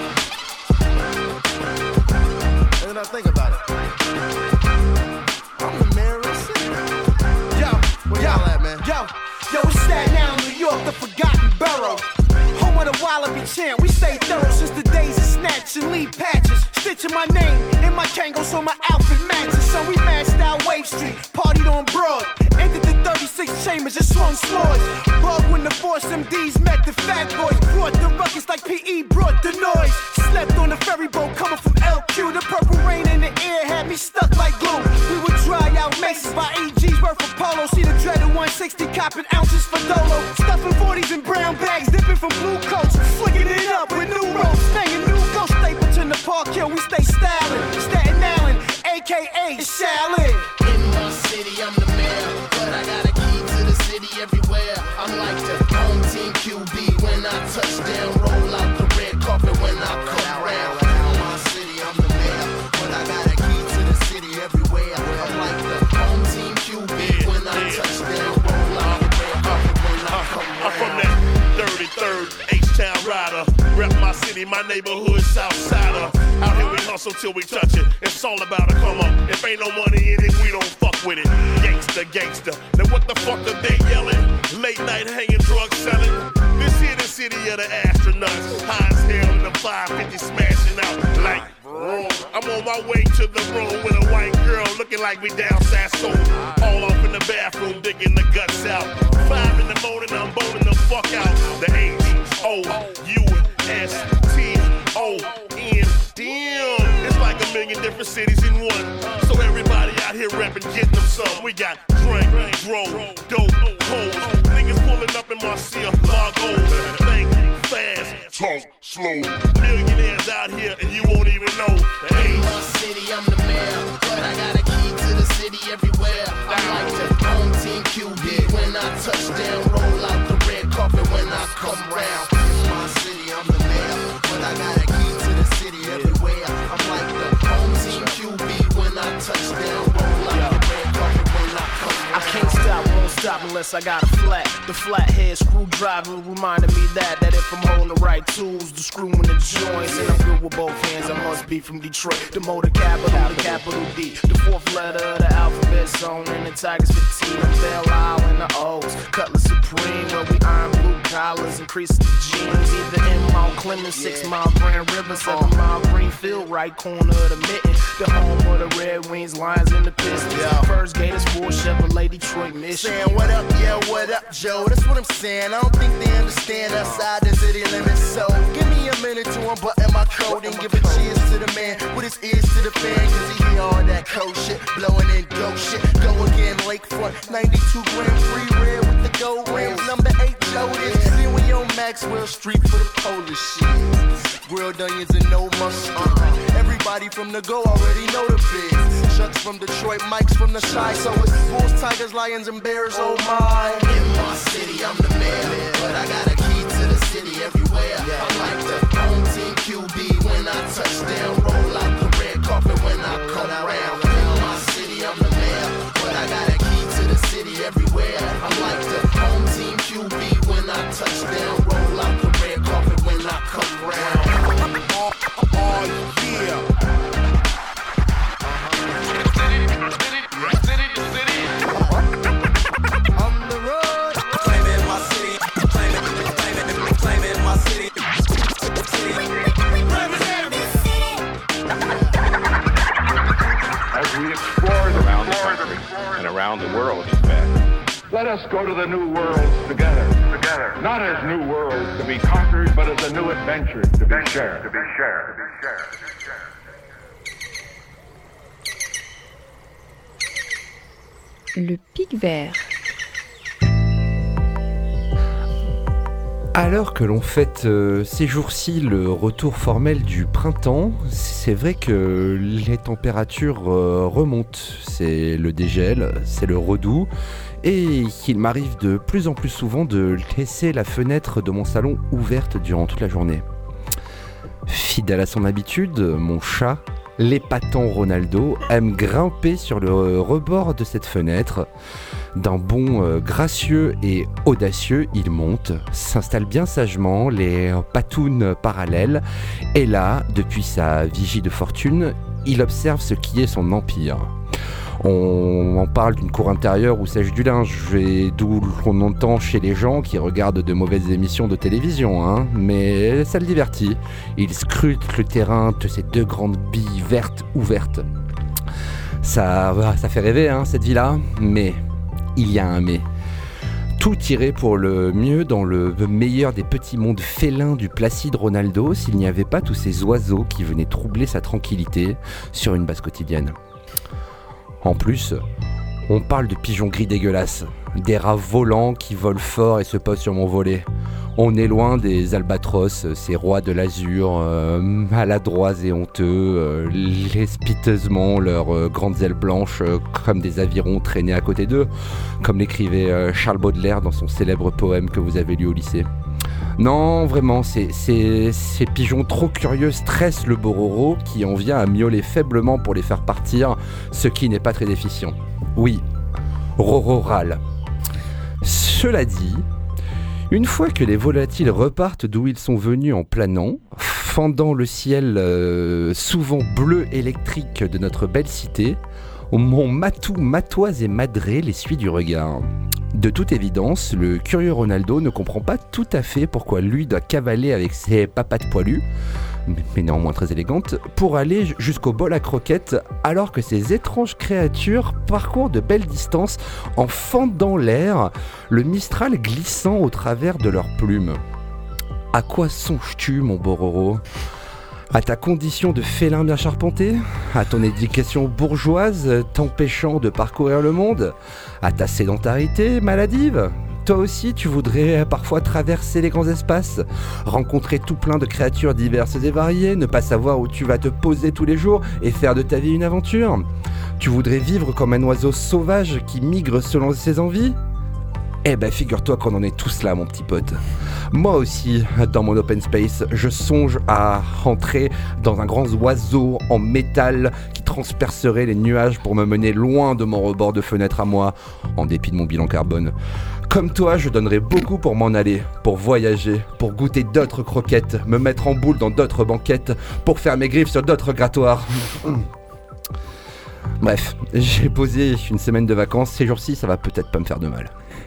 And then I think about it. I'm the mayor of the city. Where y'all at, man? Yo, it's Staten Island, New York, the forgotten borough. Home of the Wallaby chant, we stay thorough since the days of snatch and lead patches. Stitching my name in my Kangol so my outfit matches. So we mashed out Wave Street, partied on Broad. Entered the 36 chambers and swung swords. Bug when the Force MDs met the fat boys. Brought the ruckus like PE brought the noise. Slept on the ferry boat coming from LQ. The purple rain in the air had me stuck like glue. We would dry out maces by EG's worth of polo. See the dreaded 160 copping ounces for Dolo. Stuffing 40s in brown bags, dipping from blue coats. Flicking it up with new ropes. Banging new ghost Stapleton the Park Hill. We stay styling. Staten Island, a.k.a. Shaolin. In my city, I'm the mayor, but I got a key to the city everywhere. I'm like the home team QB when I touch down, roll out the red carpet when I come around. In my city, I'm the mayor, but I got a key to the city everywhere. I'm like the home team QB when I touch down, roll out the red carpet when I come around. I'm from that 33rd H-Town rider. Rep my city, my neighborhood, Southsider. Out here we hustle till we touch it. It's all about a come up. If ain't no money in it, we don't fuck with it. Gangsta. Now what the fuck are they yelling? Late night hanging, drug selling. This here the city of the astronauts. High as hell in the 550 smashing out like room. I'm on my way to the room with a white girl looking like we down Sasso. All off in the bathroom digging the guts out. 5 in the morning, I'm boning the fuck out. The H-O-U-S-T-O-N. Damn, it's like a million different cities in one. So everybody out here rapping, getting them some. We got drink, grow, dope, hoes. Niggas pulling up in Marcia, Largo. Think fast, talk slow. Millionaires out here and you won't even know. In my city, I'm the mayor, but I got a key to the city everywhere. I'm like the home team QB when I touch down, roll out the red carpet when I come round. In my city, I'm the mayor, but I got a key to the city everywhere. I'm like the home team QB when I touch down, roll out the red carpet when I come round. I can't stop, won't stop unless I got a flat. The flathead screwdriver reminded me that if I'm holding the right tools, the screw in the joints, and I'm good with both hands, I must be from Detroit. The motor capital, the capital D, the 4th letter of the alphabet zone, and the Tigers 15, the Belle Isle and the O's, Cutlass Supreme, where we iron blue collars and crease the jeans, either in Mount Clemens, 6 Mile Grand River, 7 Mile Greenfield, right corner of the mitten, the home of the Red Wings, Lions, and the Pistons, First Gators, 4 Chevrolet, Detroit, Michigan. Saying what up, yeah, what up, Joe? That's what I'm saying. I don't think they understand outside the city limits. So give me a minute to unbutton my coat and give a cheers to the man with his ears to the fan. Cause he hear all that cold shit, blowing in dope shit. Go again, Lakefront, 92 Grand Prix red with the gold rims. Number 8 Jordan. Then we on Maxwell Street for the Polish shit. Grilled onions and no mustard. Everybody from the go already know the biz. Chucks from Detroit, Mike's from the Shy. So it's Bulls, Tigers, Lions, and Bears, oh my. In my city, I'm the mayor, but I got a key to the city everywhere. I'm like the home team QB when I touch down, roll out the red carpet when I come around. In my city, I'm the mayor, but I got a key to the city everywhere. I'm like the home team QB when I touch down, roll out the red carpet when I come around. Oh yeah. let us go to the new worlds together. Not as new worlds to be conquered, but as a new adventure to be shared. Le pic vert. Alors que l'on fête ces jours-ci le retour formel du printemps, c'est vrai que les températures remontent. C'est le dégel, c'est le redoux, et il m'arrive de plus en plus souvent de laisser la fenêtre de mon salon ouverte durant toute la journée. Fidèle à son habitude, mon chat, l'épatant Ronaldo, aime grimper sur le rebord de cette fenêtre. D'un bond gracieux et audacieux, il monte, s'installe bien sagement, les patounes parallèles, et là, depuis sa vigie de fortune, il observe ce qui est son empire. On en parle d'une cour intérieure où sèche du linge, d'où on entend chez les gens qui regardent de mauvaises émissions de télévision, hein, mais ça le divertit. Il scrute le terrain de ses deux grandes billes vertes ouvertes. Ça fait rêver, hein, cette vie-là, mais il y a un mais. Tout irait pour le mieux dans le meilleur des petits mondes félins du placide Ronaldo s'il n'y avait pas tous ces oiseaux qui venaient troubler sa tranquillité sur une base quotidienne. En plus, on parle de pigeons gris dégueulasses, des rats volants qui volent fort et se posent sur mon volet. On est loin des albatros, ces rois de l'azur, maladroits et honteux, laissent piteusement leurs grandes ailes blanches comme des avirons traînés à côté d'eux, comme l'écrivait Charles Baudelaire dans son célèbre poème que vous avez lu au lycée. Non, vraiment, ces pigeons trop curieux stressent le bororo qui en vient à miauler faiblement pour les faire partir, ce qui n'est pas très efficient. Oui, Roro râle. Cela dit, une fois que les volatiles repartent d'où ils sont venus en planant, fendant le ciel souvent bleu électrique de notre belle cité, mon matou matoise et madré les suit du regard. De toute évidence, le curieux Ronaldo ne comprend pas tout à fait pourquoi lui doit cavaler avec ses papates poilues, mais néanmoins très élégantes, pour aller jusqu'au bol à croquettes, alors que ces étranges créatures parcourent de belles distances en fendant l'air, le mistral glissant au travers de leurs plumes. À quoi songes-tu, mon Bororo ? À ta condition de félin bien charpenté ? À ton éducation bourgeoise t'empêchant de parcourir le monde ? À ta sédentarité maladive ? Toi aussi, tu voudrais parfois traverser les grands espaces, rencontrer tout plein de créatures diverses et variées, ne pas savoir où tu vas te poser tous les jours et faire de ta vie une aventure ? Tu voudrais vivre comme un oiseau sauvage qui migre selon ses envies ? Eh ben, figure-toi qu'on en est tous là, mon petit pote. Moi aussi, dans mon open space, je songe à rentrer dans un grand oiseau en métal qui transpercerait les nuages pour me mener loin de mon rebord de fenêtre à moi, en dépit de mon bilan carbone. Comme toi, je donnerais beaucoup pour m'en aller, pour voyager, pour goûter d'autres croquettes, me mettre en boule dans d'autres banquettes, pour faire mes griffes sur d'autres grattoirs. Bref, j'ai posé une semaine de vacances, ces jours-ci, ça va peut-être pas me faire de mal.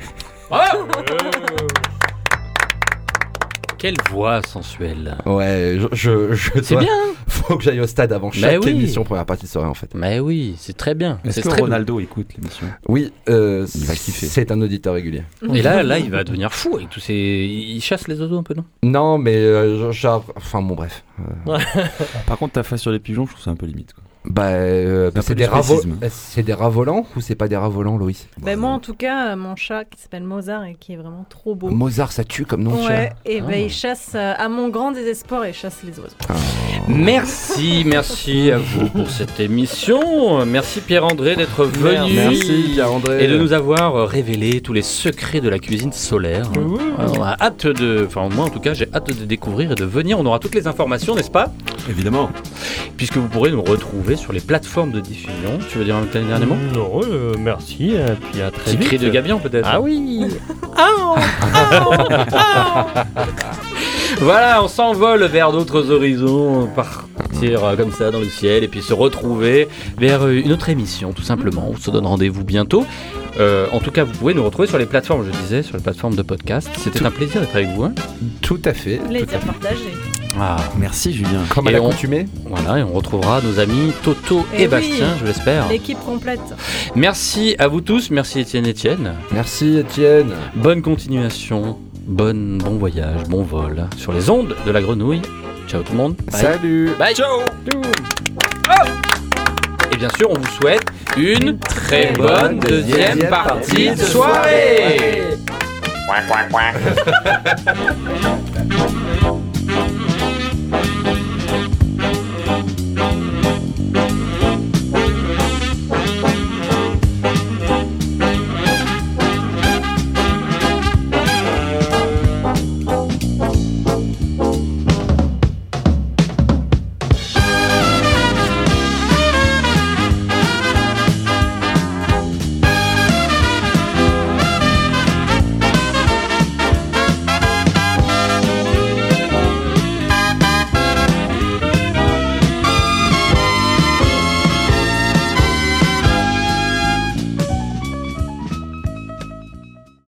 Quelle voix sensuelle. Ouais, c'est bien. Faut que j'aille au stade avant chaque émission, première partie de soirée en fait. Mais oui, c'est très bien. Est-ce que Ronaldo écoute l'émission ? Oui, il va kiffer. C'est un auditeur régulier. Et là, il va devenir fou avec tous ces. Il chasse les oiseaux un peu, non ? Non, mais genre, enfin bon, bref. Par contre, ta face sur les pigeons, je trouve ça un peu limite, quoi. C'est des rats volants ou c'est pas des rats volants, Loïs ? Moi en tout cas, mon chat qui s'appelle Mozart et qui est vraiment trop beau. Mozart, ça tue comme nom de chat. Ouais, et il chasse, à mon grand désespoir, il chasse les oiseaux. Merci à vous pour cette émission. Merci Pierre-André d'être venu. Merci Pierre-André. Et de nous avoir révélé tous les secrets de la cuisine solaire. On a hâte moi en tout cas, j'ai hâte de découvrir et de venir. On aura toutes les informations, n'est-ce pas ? Évidemment. Puisque vous pourrez nous retrouver sur les plateformes de diffusion. Tu veux dire un dernier mot ? Non, merci, et puis à très vite. Petit cri de Gabian peut-être. Ah oui. Voilà, on s'envole vers d'autres horizons, partir comme ça dans le ciel et puis se retrouver vers une autre émission tout simplement. On se donne rendez-vous bientôt. En tout cas, vous pouvez nous retrouver sur les plateformes, je disais, sur les plateformes de podcast. C'était un plaisir d'être avec vous. Hein. Tout à fait. Plaisir partagé. Ah. Merci Julien. Comme à l'accoutumée. Voilà, et on retrouvera nos amis Toto et Bastien, je l'espère. L'équipe complète. Merci à vous tous, merci Étienne. Merci Étienne. Bonne continuation, bon voyage, bon vol sur les ondes de la grenouille. Ciao tout le monde. Bye. Salut. Bye. Ciao. Et bien sûr, on vous souhaite une très bonne deuxième partie de soirée.